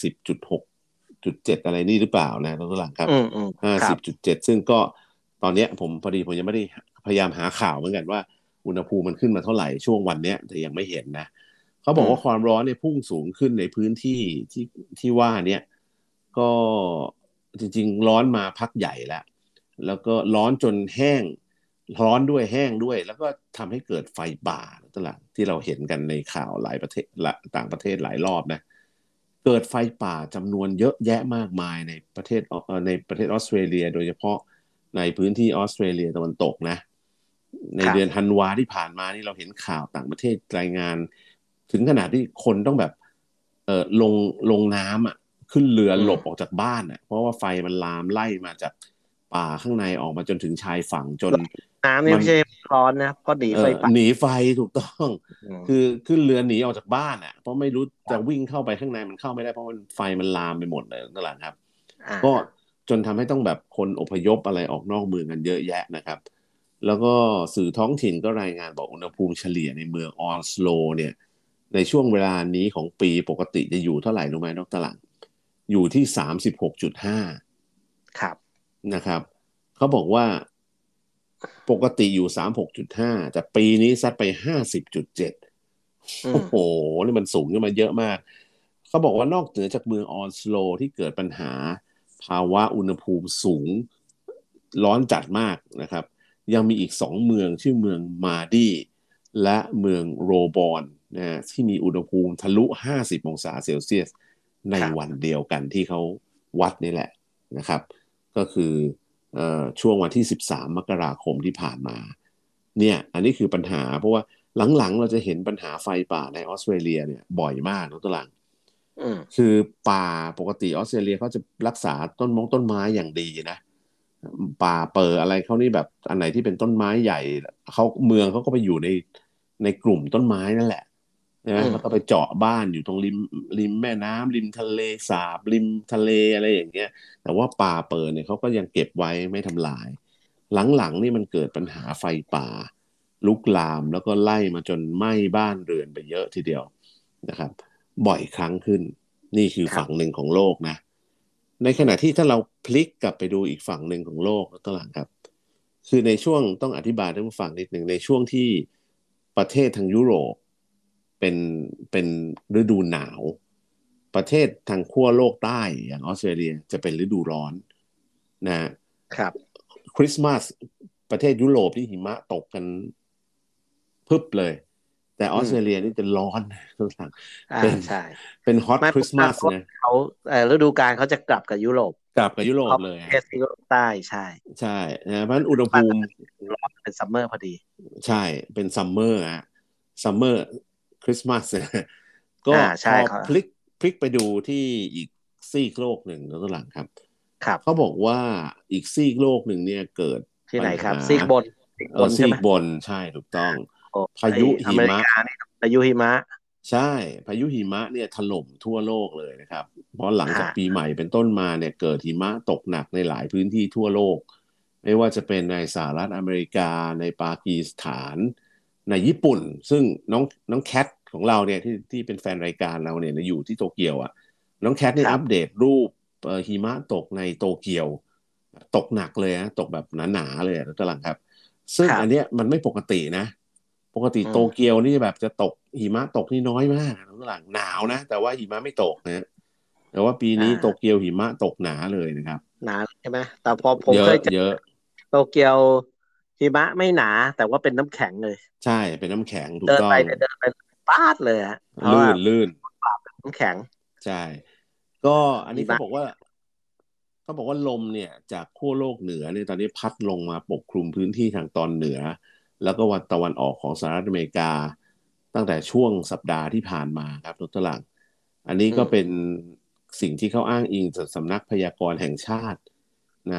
50.6.7อะไรนี่หรือเปล่านะตัวหลังครับอืมอืมครับ 50.7ซึ่งก็ตอนเนี้ยผมพอดีผมยังไม่ได้ พยายามหาข่าวเหมือนกันว่าอุณหภูมิมันขึ้นมาเท่าไหร่ช่วงวันเนี้ยแต่ยังไม่เห็นนะเขาบอืมอกว่าความร้อนเนี่ยพุ่งสูงขึ้นในพื้นที่ที่ว่าเนี่ยก็จริงๆร้อนมาพักใหญ่แล้วก็ร้อนจนแห้งร้อนด้วยแห้งด้วยแล้วก็ทำให้เกิดไฟป่าตลาดที่เราเห็นกันในข่าวหลายประเทศต่างประเทศหลายรอบนะเกิดไฟป่าจำนวนเยอะแยะมากมายในประเทศออสเตรเลียโดยเฉพาะในพื้นที่ออสเตรเลียตะวันตกนะในครับเดือนธันวาที่ผ่านมานี่เราเห็นข่าวต่างประเทศรายงานถึงขนาดที่คนต้องแบบลงน้ำอ่ะขึ้นเรืออืมหลบออกจากบ้านอ่ะเพราะว่าไฟมันลามไล่มาจากป่าข้างในออกมาจนถึงชายฝั่งจนน้ำนี่มันไม่ใช่ร้อนนะเพราะหนีไฟป่าหนีไฟถูกต้องอืมคือขึ้นเรือหนีออกจากบ้านอ่ะเพราะไม่รู้ครับจะวิ่งเข้าไปข้างในมันเข้าไม่ได้เพราะมันไฟมันลามไปหมดเลยนั่นแหละครับอ่าก็จนทำให้ต้องแบบคนอพยพอะไรออกนอกเมืองกันเยอะแยะนะครับแล้วก็สื่อท้องถิ่นก็รายงานบอกอุณหภูมิเฉลี่ยในเมืองออสโลเนี่ยในช่วงเวลานี้ของปีปกติจะอยู่เท่าไหร่รู้ไหมนกตะหลังอยู่ที่36.5 ครับนะครับเขาบอกว่าปกติอยู่36.5แต่ปีนี้ซัดไป50.7 อืมโอ้โหนี่มันสูงขึ้นมาเยอะมากเขาบอกว่านอกเหนือจากเมืองออสโลที่เกิดปัญหาภาวะอุณหภูมิสูงร้อนจัดมากนะครับยังมีอีก2 เมืองชื่อเมืองมาดีและเมืองโรบอนนะที่มีอุณหภูมิทะลุ50องศาเซลเซียสในครับวันเดียวกันที่เขาวัดนี่แหละนะครับก็คือช่วงวันที่13มกราคมที่ผ่านมาเนี่ยอันนี้คือปัญหาเพราะว่าหลังๆเราจะเห็นปัญหาไฟป่าในออสเตรเลียเนี่ยบ่อยมากนะตัวหลังอืมคือป่าปกติออสเตรเลียเขาจะรักษาต้นไม้อย่างดีนะป่าเปิดอะไรเขานี่แบบอันไหนที่เป็นต้นไม้ใหญ่เขาเมืองเขาก็ไปอยู่ในกลุ่มต้นไม้นั่นแหละอืนะมแล้วก็ไปเจาะบ้านอยู่ตรงริมแม่น้ำริมทะเลสาบริมทะเลอะไรอย่างเงี้ยแต่ว่าป่าเปิดเนี่ยเขาก็ยังเก็บไว้ไม่ทำลาย หลังๆนี่มันเกิดปัญหาไฟป่าลุกลามแล้วก็ไล่มาจนไหม้บ้านเรือนไปเยอะทีเดียวนะครับบ่อยครั้งขึ้นนี่คือครับฝั่งหนึ่งของโลกนะในขณะอืมที่ถ้าเราพลิกกลับไปดูอีกฝั่งหนึ่งของโลกก็หลังครับคือในช่วงต้องอธิบายท่านผู้ฟังนิดหนึ่งในช่วงที่ประเทศทางยุโรปเป็นเป็นฤดูหนาวประเทศทางขั้วโลกใต้อย่างออสเตรเลียจะเป็นฤดูร้อนนะครับคริสต์มาสประเทศยุโรปที่หิมะตกกันพึบเลยแต่ออืมอสเตรเลียนี่จะร้อนทุกท่างอ่าเป็นใช่เป็นฮอตไม่คริสต์มาสเพราะนะเขาฤดูกาลเขาจะกลับกับยุโรปกลับกับยุโรปเขาเลยฮะประเทศยุโรปใต้ใช่ใช่นะเพราะฉะนั้นอุณหภูมิบ้านก็จะร้อนเป็นซัมเมอร์พอดีใช่เป็นซัมเมอร์ฮะซัมเมอร์คริสต์มาสนะก็พใช่อครับพลิกไปดูที่อีกซีกโลกหนึ่งแล้วก็หลังครับครับเขาบอกว่าอีกซีกโลกหนึ่งเนี่ยเกิดที่ไหนครับปัญหาซีกบนซีกบนใช่ไหมซีกบนใช่ถูกต้องโอ้ไอพายุอเมริหิมะกานี่พายุหิมะใช่พายุหิมะเนี่ยถล่มทั่วโลกเลยนะครับเพราะหลังจากปีฮะใหม่เป็นต้นมาเนี่ยเกิดหิมะตกหนักในหลายพื้นที่ทั่วโลกไม่ว่าจะเป็นในสหรัฐอเมริกาในปากีสถานในญี่ปุ่นซึ่งน้องแคทของเราเนี่ยที่เป็นแฟนรายการเราเนี่ยอยู่ที่โตเกียวอ่ะน้องแคทคนี่รับอัปเดตรูปหิมะตกในโตเกียวตกหนักเลยนะตกแบบหนาๆเลยนะตะหลังครับซึ่งอันเนี้ยครับมันไม่ปกตินะ ปกติโตอืมเกียวนี่แบบจะตกหิมะตกนี่น้อยมากข้างหลังหนาวนะแต่ว่าหิมะไม่ตกนะแต่ว่าปีนี้โตเกีอ่ายวหิมะตกหนาเลยนะครับหนาใช่ไหมแต่พอผมเยอะเคยเจอเยอะโตเกียวหิมะไม่หนาแต่ว่าเป็นน้ำแข็งเลยใช่เป็นน้ำแข็งถูกเดินต้องไปเนี่ยเดินไปปาดเลยฮะเพราะว่าลื่นน้ำแข็งใช่ก็อันนี้หิมะเขาบอกว่าลมเนี่ยจากขั้วโลกเหนือเนี่ยตอนนี้พัดลงมาปกคลุมพื้นที่ทางตอนเหนือแล้วก็วันตะวันออกของสหรัฐอเมริกาตั้งแต่ช่วงสัปดาห์ที่ผ่านมาครับทุกท่าน อันนี้อืมก็เป็นสิ่งที่เขาอ้างอิงจากสำนักพยากรณ์แห่งชาตินะ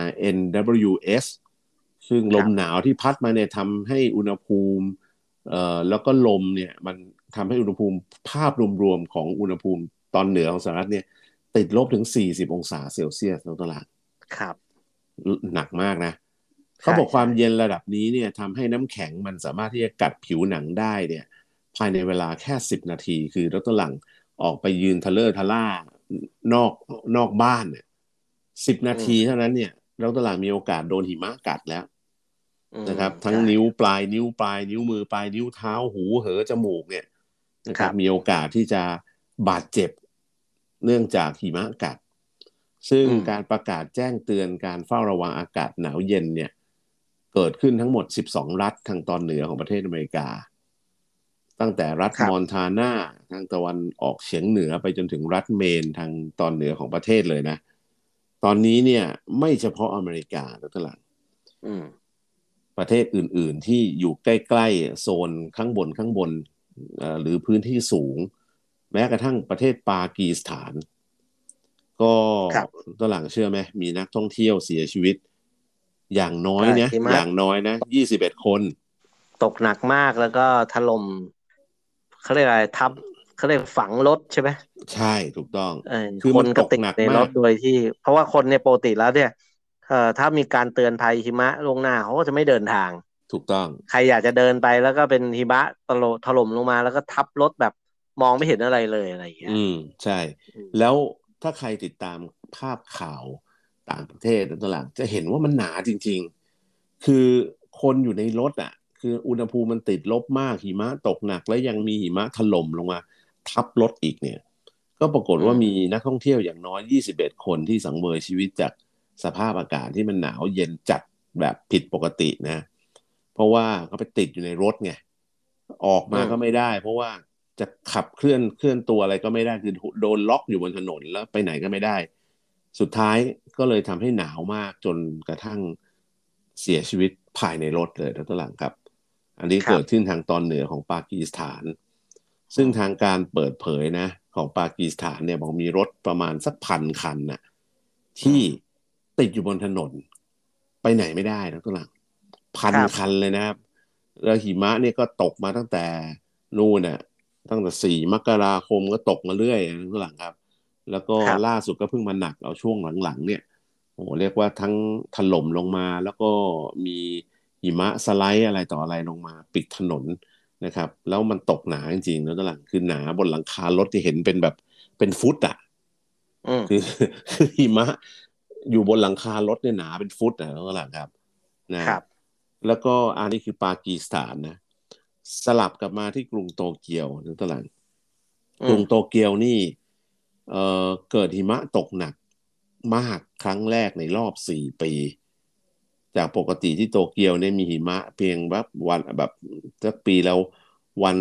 NWS ซึ่งลครับมหนาวที่พัดมาเนี่ยทำให้อุณหภูมิแล้วก็ลมเนี่ยมันทำให้อุณหภูมิภาพรวมๆของอุณหภูมิตอนเหนือของสหรัฐเนี่ยติดลบถึง40องศาเซลเซียสในตลาดครับหนักมากนะเขาใช่บอกควาใช่มเย็นระดับนี้เนี่ยทำให้น้ำแข็งมันสามารถที่จะกัดผิวหนังได้เนี่ยภายในเวลาแค่10 นาทีคือรถตัวหลัง ออกไปยืนทะเลอร์ทะล่านอกนอกบ้านเนี่ยสิบนาอืมทีเท่านั้นเนี่ยเราตลาดมีโอกาสโดนหิมะกัดแล้วอืมนะครับทั้งใช่นิ้วมือปลายนิ้วเท้าหูเหอจมูกเนี่ยนะครับครับมีโอกาสที่จะบาดเจ็บเนื่องจากหิมะกัดซึ่งอืมการประกาศแจ้งเตือนการเฝ้าระวังอากาศหนาวเย็นเนี่ยเกิดขึ้นทั้งหมด12รัฐทางตอนเหนือของประเทศอเมริกาตั้งแต่รัฐมอนครับทานาทางตะวันออกเฉียงเหนือไปจนถึงรัฐเมนทางตอนเหนือของประเทศเลยนะตอนนี้เนี่ยไม่เฉพาะอเมริกาแล้วก็หลังอืมประเทศอื่นๆที่อยู่ใกล้ๆโซนข้างบนหรือพื้นที่สูงแม้กระทั่งประเทศปากีสถานก็ครับตอนหลังเชื่อไหมมีนักท่องเที่ยวเสียชีวิตอย่างน้อยใช่นะหิมะอย่างน้อยนะ21 คนตกหนักมากแล้วก็ถล่มเขาเรียกอะไรทับเขาเรียกฝังรถใช่ไหมใช่ถูกต้องเออคือคนก็ติดมันตกหนักในรถมากโดยที่เพราะว่าคนในยปกติแล้วเนี่ยถ้ามีการเตือนภัยหิมะล่วงหน้าเขาก็จะไม่เดินทางถูกต้องใครอยากจะเดินไปแล้วก็เป็นหิมะถล่มลงมาแล้วก็ทับรถแบบมองไม่เห็นอะไรเลยอะไรอย่างเงี้ยใช่อืมแล้วถ้าใครติดตามภาพข่าวต่างประเทศต่างๆจะเห็นว่ามันหนาจริงๆคือคนอยู่ในรถอ่ะคืออุณหภูมิมันติดลบมากหิมะตกหนักแล้วยังมีหิมะถล่มลงมาทับรถอีกเนี่ยก็ปรากฏอืมว่ามีนักท่องเที่ยวอย่างน้อย21 คนที่สังเวยชีวิตจากสภาพอากาศที่มันหนาวเย็นจัดแบบผิดปกตินะเพราะว่าเขาไปติดอยู่ในรถไงออกอืมมาก็ไม่ได้เพราะว่าจะขับเคลื่อนตัวอะไรก็ไม่ได้คือโดนล็อกอยู่บนถนนแล้วไปไหนก็ไม่ได้สุดท้ายก็เลยทำให้หนาวมากจนกระทั่งเสียชีวิตภายในรถเลยทั้งหลังครับอันนี้เกิดขึ้ครับนทางตอนเหนือของปากีสถานอืมซึ่งทางการเปิดเผยนะของปากีสถานเนี่ยบอกมีรถประมาณสัก1,000 คันน่ะที่อืมติดอยู่บนถนนไปไหนไม่ได้นะตัวหลังพัครับนคันเลยนะครับแล้วหิมะเนี่ยก็ตกมาตั้งแต่นู่นน่ะตั้งแต่4 มกราคมก็ตกมาเรื่อยนะตัวหลังครับแล้วก็ล่าครับสุดก็เพิ่งมาหนักเอาช่วงหลังๆเนี่ยโอ้โหเรียกว่าทั้งถล่มลงมาแล้วก็มีหิมะสไลด์อะไรต่ออะไรลงมาปิดถนนนะครับแล้วมันตกหนาจริงๆแล้วตัวหลังคือหนาบนหลังคารถที่เห็นเป็นแบบเป็นฟุตอ่ะอืมคือคือหิมะอยู่บนหลังคารถเนี่ยหนาเป็นฟุตนะแล้วก็หลังครับนะครับแล้วก็อันนี้คือปากีสถานนะสลับกลับมาที่กรุงโตเกียวนึกตะหลังกรุงโตอืมเกียวนี่เกิดหิมะตกหนักมากครั้งแรกในรอบ4 ปีจากปกติที่โตเกียวเนี่ยมีหิมะเพียงแบบวันแบบสักปีแล้ววัน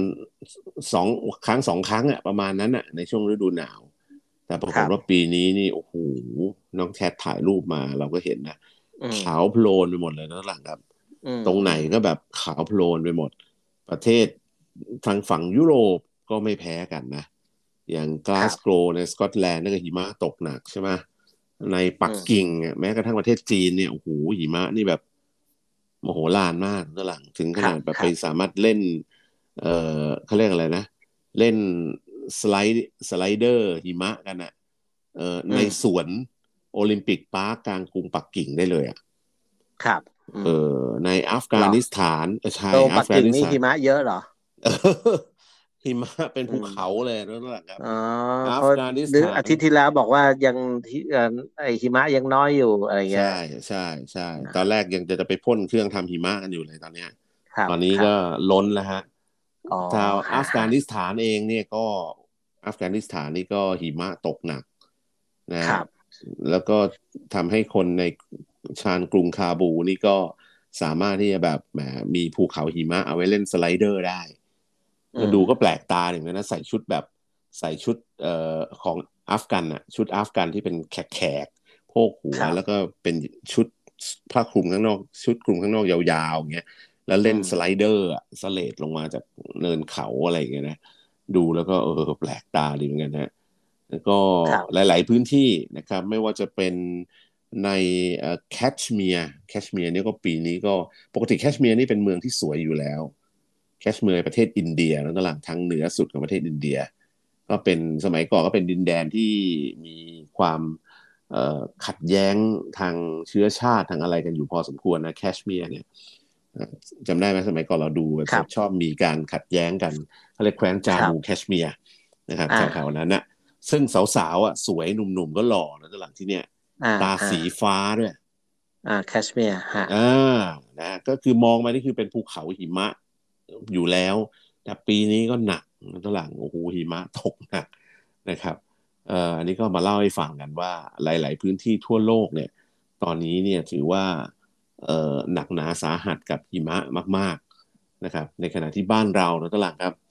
2 ครั้ง 2 ครั้งอะประมาณนั้นอะในช่วงฤดูหนาว แต่ปราครับกฏว่าปีนี้นี่โอ้โหน้องแคทถ่ายรูปมาเราก็เห็นนะอืมขาวโพลนไปหมดเลยนะหลังครับอืมตรงไหนอืมก็แบบขาวโพลนไปหมดประเทศทางฝั่งยุโรปก็ไม่แพ้กันนะอย่างกคลารับสโกวในสกอตแลนด์นี่ก็หิมะตกหนักใช่ไหมในปัอืมกกิ่งแม้กระทั่งประเทศจีนเนี่ยโอ้โหหิมะนี่แบบมโหฬารมากก็หลังถึงขครับนาดแบบครับไปสามารถเล่นเขาเรียกอะไรนะเล่นสไลด์สไลเดอร์หิมะกันอะ ในอืมสวนโอลิมปิกพาร์คกลางกรุงปักกิ่งได้เลยอ่ะครับอืมในอัฟเหรอกานิสถานใช่โดอัฟปักกิ่งกานิสถานนี่หิมะเยอะเหรอเออหิมะเป็นอืมภูเขาเลยนั่นแหละครับอ๋ออัเพราะฟกานิสหรือถานอาทิตย์ที่แล้วบอกว่ายังที่ไอหิมะยังน้อยอยู่อะไรใช่เงี้ยใช่ใช่ตอนแรนะกยังจะไปพ่นเครื่องทำหิมะกันอยู่เลยตอนเนี้ยครับตอนนี้ก็ครับล้นแล้วฮะอ๋อชาวฮะฮะอัฟกานิสถานเองเนี่ยก็อัฟกานิสถานนี่ก็หิมะตกหนักนะฮะครับแล้วก็ทำให้คนในชานกรุงคาบูนี่ก็สามารถที่จะแบบแหมมีภูเขาหิมะเอาไว้เล่นสไลเดอร์ได้อืมก็ดูก็แปลกตาอย่างนั้นนะใส่ชุดแบบใส่ชุดของอัฟกันอะชุดอัฟกันที่เป็นแขกโพกหัวแล้วก็ครับเป็นชุดผ้าคลุมข้างนอกชุดคลุมข้างนอกยาวๆอย่างเงี้ยแล้วอืเล่นมสไลเดอร์อะสเลดลงมาจากเนินเขาอะไรอย่างเงี้ยนะดูแล้วก็แปลกตาดีเหมือนกันฮะแล้วก็หครับลายๆพื้นที่นะครับไม่ว่าจะเป็นในแคชเมียร์แคชเมียร์นี่ก็ปีนี้ก็ปกติแคชเมียร์นี่เป็นเมืองที่สวยอยู่แล้วแคชเมียร์ประเทศอินเดียแล้วก็หลังทางเหนือสุดของประเทศอินเดียก็เป็นสมัยก่อนก็เป็นดินแดนที่มีความขัดแย้งทางเชื้อชาติทางอะไรกันอยู่พอสมควรนะแคชเมียร์เนี่ยจำได้ไหมสมัยก่อนเราดูจะชอครับบมีการขัดแย้งกันเขาเรียกแคว้นจามูแคครับชเมียร์นะครับอ่าแถวๆนั้นนะซึ่งสาวๆอ่ะสวยหนุ่มๆก็หล่อแล้วหลังที่เนี่ยอ่าตาอ่าสีฟ้าด้วยแคชเมียร์ฮะอ่านะก็คือมองมานี่คือเป็นภูเขาหิมะอยู่แล้วแต่ปีนี้ก็หนักตอนหลังโอ้โหหิมะตกหนักนะครับอันนี้ก็มาเล่าให้ฟังกันว่าหลายๆพื้นที่ทั่วโลกเนี่ยตอนนี้เนี่ยถือว่าหนักหนาสาหัสกับหิมะมากๆนะครับในขณะที่บ้านเราตอนหลังครับ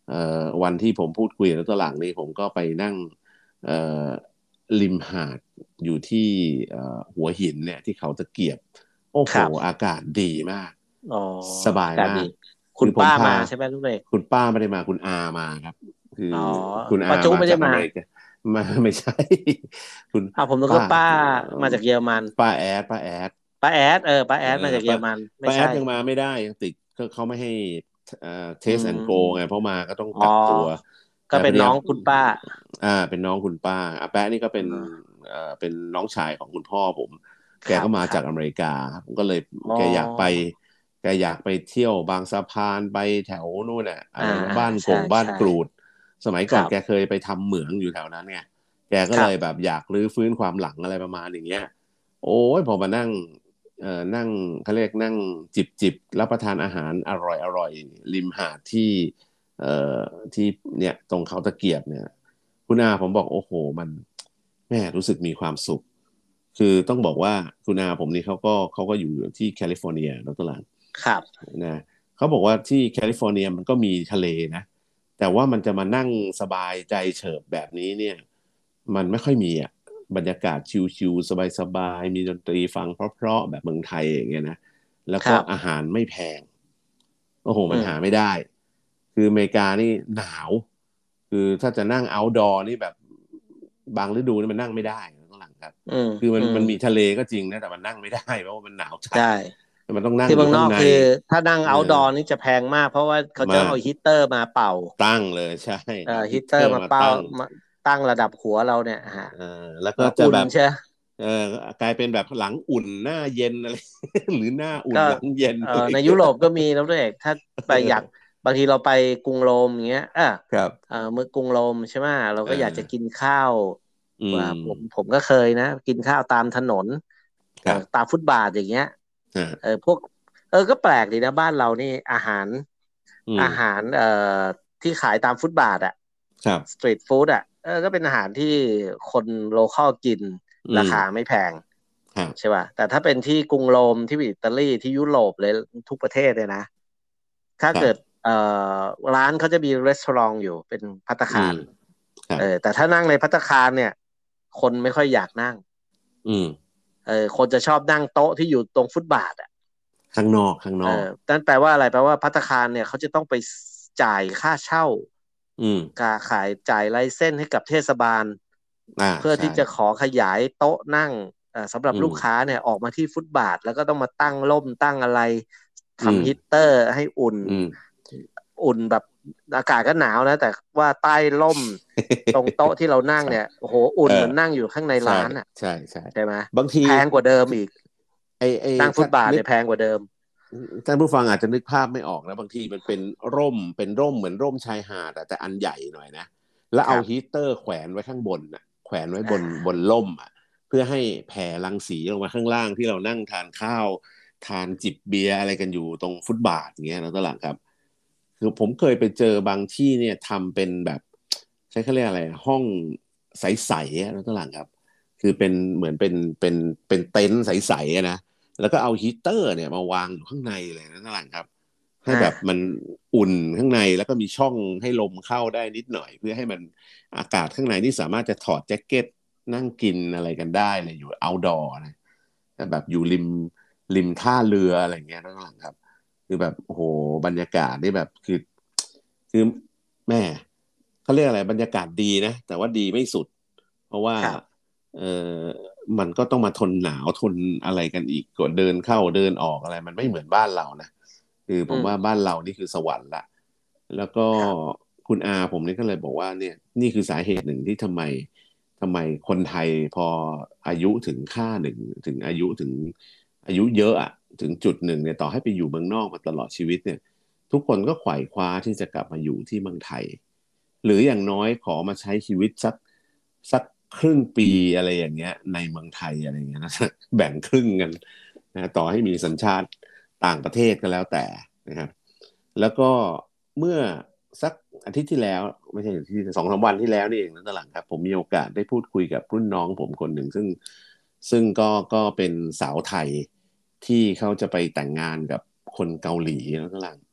วันที่ผมพูดคุยกับตัวหลังนี่ผมก็ไปนั่งเอ่อริมหาดอยู่ที่หัวหินเนี่ยที่เขาตะเกียบโอ้โหครับอากาศดีมากอ๋อสบายการดีมากคุณป้าคือผมพามาใช่ไหมลูกเอกคุณป้าไม่ได้มาคุณอามาครับคืออ๋อคุณอาป้าจุมาไม่ได้มาจากอเมริกามาไม่ใช่คุณผมนึกป้าว่าป้ามาจากเยอรมันป้าแอดป้าแอดป้าเออแอดมาจากเยอป้ารมันไม่ป้าแอใช่ดยังมาไม่ได้ยังติดเขาไม่ให้เทอืสแอนโกไงเพมราะมาก็ต้องอ๋อกักตัวแต่พอดีก็เป็นน้องคุณป้าเป็นน้องคุณป้าอาแปะนี่ก็เป็นอ่าเป็นน้องชายของคุณพ่อผมแกครับก็มาครับจากอเมริกาผมก็เลยอ๋อแกอยากไปแกอยากไปเที่ยวบางสะพานไปแถวนู่นน่ะอะไรนะบ้านกใช่งบ้านใช่กรูดสมัยก่อนแกเคครับยไปทำเหมืองอยู่แถวนั้นไงแกก็เลยแบบครับอยากรื้อฟื้นความหลังอะไรประมาณอย่างเงี้ยโอ้ยพอมานั่ง นั่งเขาเรียกนั่งจิบรับประทานอาหารอร่อยริมหาดที่เอ่อที่เนี่ยตรงเขาตะเกียบเนี่ยคุณอาผมบอกโอ้โหมันแม่รู้สึกมีความสุขคือต้องบอกว่าคุณอาผมนี่เขาก็อยู่ที่แคลิฟอร์เนียแล้วตลาดครับนะเขาบอกว่าที่แคลิฟอร์เนียมันก็มีทะเลนะแต่ว่ามันจะมานั่งสบายใจเฉิบแบบนี้เนี่ยมันไม่ค่อยมีอ่ะ บรรยากาศชิลๆสบายๆมีดนตรีฟังเพราะๆแบบเมืองไทยอย่างเงี้ยนะแล้วก็อาครับหารไม่แพงโอ้โหอืมมันหาไม่ได้คืออเมริกานี่หนาวคือถ้าจะนั่ง outdoor นี่แบบบางฤดูนี่มันนั่งไม่ได้ข้างหลังครับอืมคือมันอืมมันมีทะเลก็จริงนะแต่มันนั่งไม่ได้เพราะว่ามันหนาวจัดใช่มันต้องนั่งที่เมือยู่ข้างในองนอกคือถ้านั่งเออ outdoor นี่จะแพงมากเพราะว่าเขาจะต้องมากเอาฮีตเตอร์มาเป่าตั้งเลยใช่เอาฮีฮีตเตอตเตอร์ร์มาเป่ามาตั้งมาตั้งระดับหัวเราเนี่ยเออแล้วก็จะอุ่แบบนใช่ไหมเออกลายเป็นแบบหลังอุ่นหน้าเย็นอะไรหรือหน้าอุ่นก็หลังเย็นอะไรในยุโรปก็มีแล้วด้วยถ้าไปอยากเออบางทีเราไปกรุงโรมอย่างเงี้ยครับเมื่อกรุงโรมใช่ไหมเราเอก็อยากจะกินอข้าวอืว่ามผมก็เคยนะกินข้าวตามถนนตาครับมฟุตบาทอย่างเงี้ยอ่าพวกก็แปลกดีนะบ้านเรานี่อาหาอืมรที่ขายตามฟุตบาทสครับตรีทฟู้ดก็เป็นอาหารที่คนโลคอลกินอืมราคาไม่แพงครับใช่ป่ะแต่ถ้าเป็นที่กรุงโรมที่อิตาลีที่ยุโรปเลยทุกประเทศเลยนะถ้าเกิดครับร้านเขาจะมีรีสอร์ทอยู่เป็นภัตตาอืมคารครับแต่ถ้านั่งในภัตตาคารเนี่ยคนไม่ค่อยอยากนั่งอืมคนจะชอบนั่งโต๊ะที่อยู่ตรงฟุตบาทข้างนอกนั่นแปลว่าอะไรแปลว่าภัตตาคารเนี่ยเขาจะต้องไปจ่ายค่าเช่าอืมการขายจ่ายไลเซนส์ให้กับเทศบาลเพื่อใช่ที่จะขอขยายโต๊ะนั่งสำหรับอืมลูกค้าเนี่ยออกมาที่ฟุตบาทแล้วก็ต้องมาตั้งร่มตั้งอะไรอืมทำฮีตเตอร์ให้อืมอุ่นแบบอากาศก็หนาวนะแต่ว่าใต้ร่มตรงโต๊ะที่เรานั่ครับงเนี่ยโอ้โหอุ่เออนเหมือนนั่งอยู่ข้างในใช่ร้านใช่ใช่ใช่ไหมบางทีแพงกว่าเดิมคืออีกไอนั่งฟุถ้านึกตบาทเนี่ยแพงกว่าเดิมท่านผู้ฟังอาจจะนึกภาพไม่ออกนะบางทีมันเป็นร่มเหมือนร่มชายหาดแต่อันใหญ่หน่อยนะแล้วเอาฮีครับเตอร์แขวนไว้ข้างบนน่ะแขวนไว้บอ่านร่มอ่ะเพื่อให้แผ่รังสีลงมาข้างล่างที่เรานั่งทานข้าวทานจิบเบียร์อะไรกันอยู่ตรงฟุตบาทอย่างเงี้ยนะตวหลังครับคือผมเคยไปเจอบางที่เนี่ยทำเป็นแบบใช้เขาเรียกอะไรห้องใสๆนะตวหลังครับคือเป็นเหมือนเป็นเต็นท์ใสๆนะ แล้วก็เอาฮีตเตอร์เนี่ยมาวางอยู่ข้างในเลยนะนั่นแหละครับให้แบบมันอุ่นข้างในแล้วก็มีช่องให้ลมเข้าได้นิดหน่อยเพื่อให้มันอากาศข้างในนี่สามารถจะถอดแจ็คเก็ตนั่งกินอะไรกันได้เลยอยู่ outdoor นะแต่แบบอยู่ริมท่าเรืออะไรเงี้ยนั่นแหละครับคือแบบโอ้โหบรรยากาศนี่แบบคือแม่เขาเรียกอะไรบรรยากาศดีนะแต่ว่าดีไม่สุดเพราะว่าครับเออ มันก็ต้องมาทนหนาวทนอะไรกันอีกกดเดินเข้าเดินออกอะไรมันไม่เหมือนบ้านเรานะคือผอืมมว่าบ้านเรานี่คือสวรรค์ละแล้วก็ครับคุณอาผมนี่ก็เลยบอกว่าเนี่ยนี่คือสาเหตุหนึ่งที่ทำไมคนไทยพออายุถึงค่าหนึ่งถึงอายุเยอะอะถึงจุดหนึ่งเนี่ยต่อให้ไปอยู่เมืองนอกมาตลอดชีวิตเนี่ยทุกคนก็ไขว่คว้าที่จะกลับมาอยู่ที่เมืองไทย หรืออย่างน้อยขอมาใช้ชีวิตสักครึ่งปีอะไรอย่างเงี้ยในเมืองไทยอะไรอย่างเงี้ยนะแบ่งครึ่งกันนะต่อให้มีสัญชาติต่างประเทศก็แล้วแต่นะครับแล้วก็เมื่อสักอาทิตย์ที่แล้วไม่ใช่อาทิตย์2-3 วันที่แล้วนี่เองนะตอนหลังครับผมมีโอกาสได้พูดคุยกับรุ่นน้องผมคนหนึ่งซึ่งก็เป็นสาวไทยที่เขาจะไปแต่งงานกับคนเกาหลีนะตอนหลัง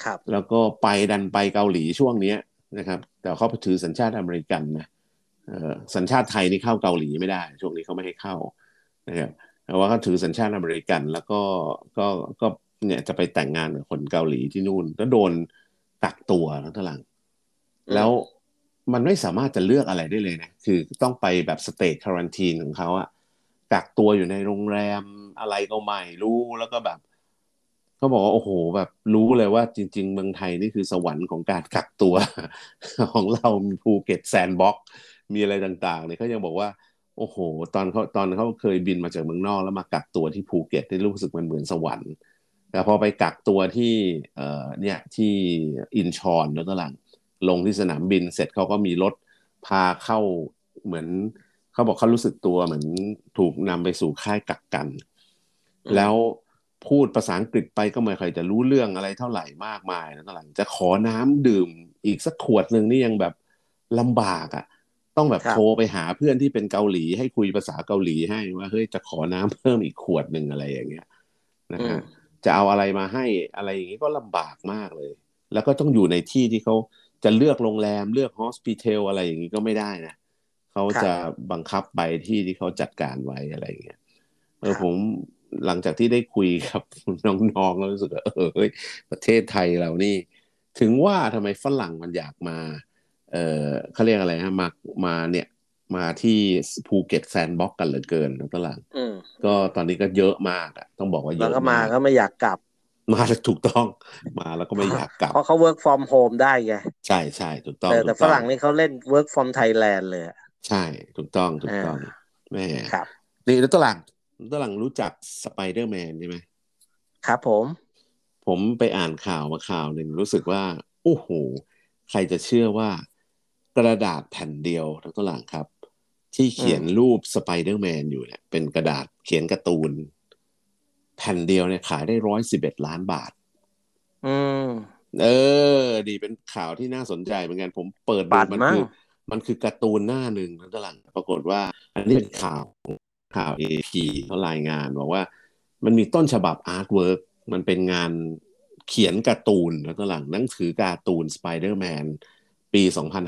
ครับแล้วก็ดันไปเกาหลีช่วงเนี้ยนะครับแต่เขาถือสัญชาติอเมริกันนะสัญชาติไทยนี่เข้าเกาหลีไม่ได้ช่วงนี้เขาไม่ให้เข้านะครับแต่ว่าเขาถือสัญชาติอเมริกันแล้วก็ก็เนี่ยจะไปแต่งงานกับคนเกาหลีที่นู่นก็โดนกักตัวแล้วทั้งหลังแล้วอืมมันไม่สามารถจะเลือกอะไรได้เลยนะคือต้องไปแบบสเตทควอรันทีนของเขาอะกักตัวอยู่ในโรงแรมอะไรก็ไม่รู้แล้วก็แบบเขาบอกว่าโอ้โหแบบรู้เลยว่าจริงๆเมืองไทยนี่คือสวรรค์ของการกักตัวของเรามีภูเก็ตแซนด์บ็อกซ์มีอะไรต่างๆเนี่ยเขายังบอกว่า โอ้โหตอนเขาเคยบินมาจากเมืองนอกแล้วมากักตัวที่ภูเก็ตได้รู้สึกมันเหมือนสวรรค์แต่พอไปกักตัวที่เนี่ยที่อินชอนแล้วก็หลังลงที่สนามบินเสร็จเขาก็มีรถพาเข้าเหมือนเขาบอกเขารู้สึกตัวเหมือนถูกนำไปสู่ค่ายกักกันอืมแล้วพูดภาษาอังกฤษไปก็ไม่ค่อยจะรู้เรื่องอะไรเท่าไหร่มากมายแล้วก็หลังจะขอน้ำดื่มอีกสักขวดหนึ่งนี่ยังแบบลำบากอ่ะ ต้องแบบโทรไปครับหาเพื่อนที่เป็นเกาหลีให้คุยภาษาเกาหลีให้ว่าเฮ้ยจะขอน้ำเพิ่มอีกขวดหนึ่งอะไรอย่างเงี้ยนะอืมฮะจะเอาอะไรมาให้อะไรอย่างงี้ก็ลำบากมากเลยแล้วก็ต้องอยู่ในที่ที่เขาจะเลือกโรงแรมเลือกฮอสพิทอลอะไรอย่างงี้ก็ไม่ได้นะเขาจะครับบังคับไปที่ที่เขาจัดการไว้อะไรอย่างเงี้ยผมครับหลังจากที่ได้คุยกับน้องๆแล้วรู้สึกว่าเฮ้ยประเทศไทยเรานี่ถึงว่าทำไมฝรั่งมันอยากมา เออเขาเรียกอะไรฮะมาเนี่ยมาที่ภูเก็ตแซนด์บ็อกซ์กันเหลือเกินนะตลาดอืมอืก็มตอนนี้ก็เยอะมากอ่ะต้องบอกว่าเยแล้วก็มาอะมากก็ไม่อยากกลับมาแล้วถูกต้องมาแล้วก็เพราะไม่อยากกลับเพราะเขา work from home ได้ไงใช่ใช่ถูกต้อแต่งถูกต้องแต่ฝรั่งนี่เขาเล่น work from Thailand เลยอะใช่ถูกต้องถูกต้องอ่าแม่ครับนี่แล้วตวหลังรู้จักสไปเดอร์แมนใช่ไหมครับผมผมไปอ่านข่าวมาข่าวหนึ่งรู้สึกว่าโอ้โหใครจะเชื่อว่ากระดาษแผ่นเดียวทั้งตัวหลังครับที่อืเขียนมรูปสไปเดอร์แมนอยู่เนี่ยเป็นกระดาษเขียนการ์ตูนแผ่นเดียวเนี่ยขายได้111 ล้านบาทอืมเออดีเป็นข่าวที่น่าสนใจเหมือนกันผมเปิดดูปั่นมั้งมันคือการ์ตูนหน้าหนึ่งทั้งตลังปรากฏว่าอันนี้เป็นข่าวเอพีเขารายงานบอกว่ามันมีต้นฉบับอาร์ตเวิร์กมันเป็นงานเขียนการ์ตูนแล้วก็หลังหนังสือการ์ตูนสไปเดอร์แมนปี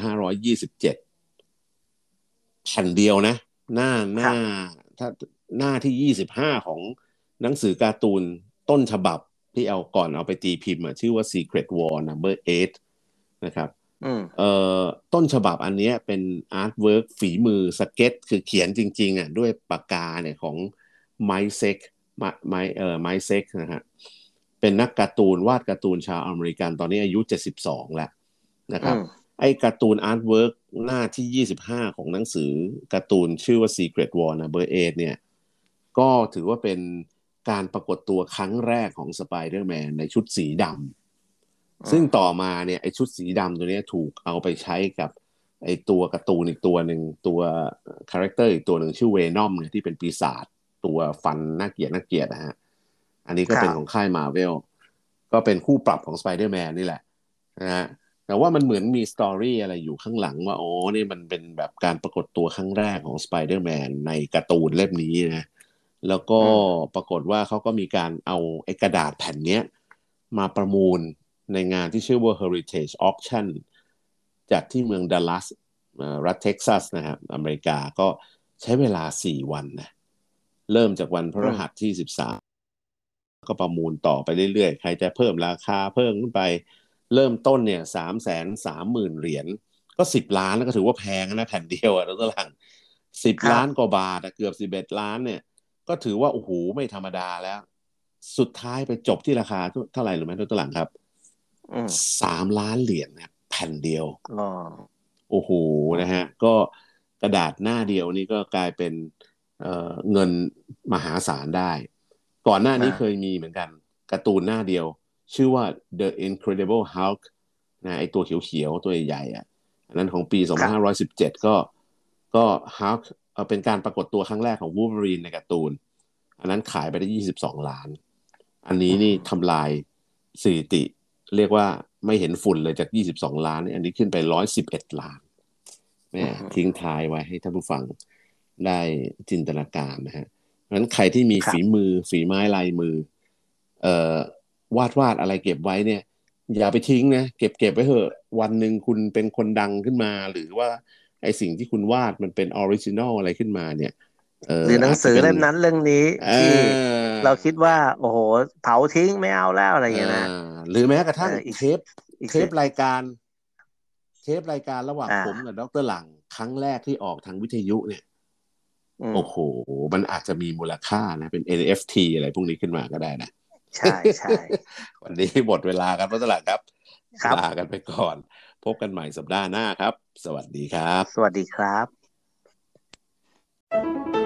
2527แผ่นเดียวนะหน้าหน้าครับถ้าหน้าที่25ของหนังสือการ์ตูนต้นฉบับที่เอาก่อนเอาไปตีพิมพ์ชื่อว่า Secret War Number 8นะครับอืมเอ่อต้นฉบับอันนี้เป็นอาร์ตเวิร์กฝีมือสเก็ตคือเขียนจริงๆด้วยปากกาเนี่ยของไมเซ็กไมเซ็กนะฮะเป็นนักการ์ตูนวาดการ์ตูนชาวอเมริกันตอนนี้อายุ72แล้วนะครับอืมไอ้การ์ตูนอาร์ตเวิร์กหน้าที่25ของหนังสือการ์ตูนชื่อว่า Secret War Number 8เนี่ยก็ถือว่าเป็นการปรากฏตัวครั้งแรกของสไปเดอร์แมนในชุดสีดำ ซึ่งอืมต่อมาเนี่ยไอ้ชุดสีดำตัวนี้ถูกเอาไปใช้กับไอ้ตัวการ์ตูนอีกตัวหนึ่งตัวคาแรคเตอร์อีกตัวหนึ่งชื่อเวนอมเนี่ยที่เป็นปีศาจตัวฟันน่าเกลียดนะฮะอันนี้ก็ครับเป็นของค่ายมาเวลก็เป็นคู่ปรับของสไปเดอร์แมนนี่แหละนะฮะแต่ว่ามันเหมือนมีสตอรี่อะไรอยู่ข้างหลังว่าอ๋อนี่มันเป็นแบบการปรากฏตัวครั้งแรกของสไปเดอร์แมนในการ์ตูนเล่มนี้นะแล้วก็อืมปรากฏว่าเขาก็มีการเอาไอ้กระดาษแผ่นเนี้ยมาประมูล ในงานที่ชื่อว่า Heritage Auction จัดที่เมืองดัลลัสรัฐเท็กซัสนะครับอเมริกาก็ใช้เวลา4วันนะเริ่มจากวันพฤอืมหัสที่13ก็ประมูลต่อไปเรื่อยๆใครจะเพิ่มราคาเพิ่มขึ้นไปเริ่มต้นเนี่ย330,000 เหรียญก็10 ล้านแล้วก็ถือว่าแพงนะแผ่นเดียวอะแล้วก็หลัง10 ล้านกว่าบาทเกือบ11 ล้านเนี่ยก็ถือว่าโอ้โหไม่ธรรมดาแล้วสุดท้ายไปจบที่ราคาเท่าไหร่หรือไม่ตัวหลังครับอืม 3 ล้านเหรียญนะแผ่นเดียวอ๋อโอ้โหอ๋อนะฮะก็กระดาษหน้าเดียวนี่ก็กลายเป็นเงินมหาศาลได้ก่อนหน้านี้เคยอ่ามีเหมือนกันการ์ตูนหน้าเดียวชื่อว่า The Incredible Hulk นะไอตัวเขียวๆตัวใหญ่ๆอ่ะอันนั้นของปีครับ 2517ก็ Hulk เป็นการปรากฏตัวครั้งแรกของ Wolverine ในการ์ตูนอันนั้นขายไปได้22 ล้านอันนี้อืนี่มทำลายสถิติ เรียกว่าไม่เห็นฝุ่นเลยจาก22 ล้านนี่อันนี้ขึ้นไป111 ล้านแม่อืทิ้งมท้ายไว้ให้ท่านผู้ฟังได้จินตนาการนะฮะเพราะฉะนั้นใครที่มีครับฝีมือฝีไม้ลายมือเอ่อวาดอะไรเก็บไว้เนี่ยอย่าไปทิ้งนะเก็บไว้เถอะวันหนึ่งคุณเป็นคนดังขึ้นมาหรือว่าไอสิ่งที่คุณวาดมันเป็นออริจินอลอะไรขึ้นมาเนี่ยหรือหนังอาจจะเป็นสือเล่มนั้นเรื่องนี้เอที่อเราคิดว่าโอ้โหเผาทิ้งไม่เอาแล้วอะไรเอเงี้ยนะหรือแม้กระทั่งอีกอีเทกสิปรายการระหว่างผมกับอ่าดรหลังครั้งแรกที่ออกทางวิทยุเนี่ยอืมโอ้โหมันอาจจะมีมูลค่านะเป็น NFT อเอฟทีอะไรพวกนี้ขึ้นมาก็ได้นะใช่ใช่วันนี้หมดเวลากันเพราะตลาดครับครับลากันไปก่อนพบกันใหม่สัปดาห์หน้าครับสวัสดีครับสวัสดีครับ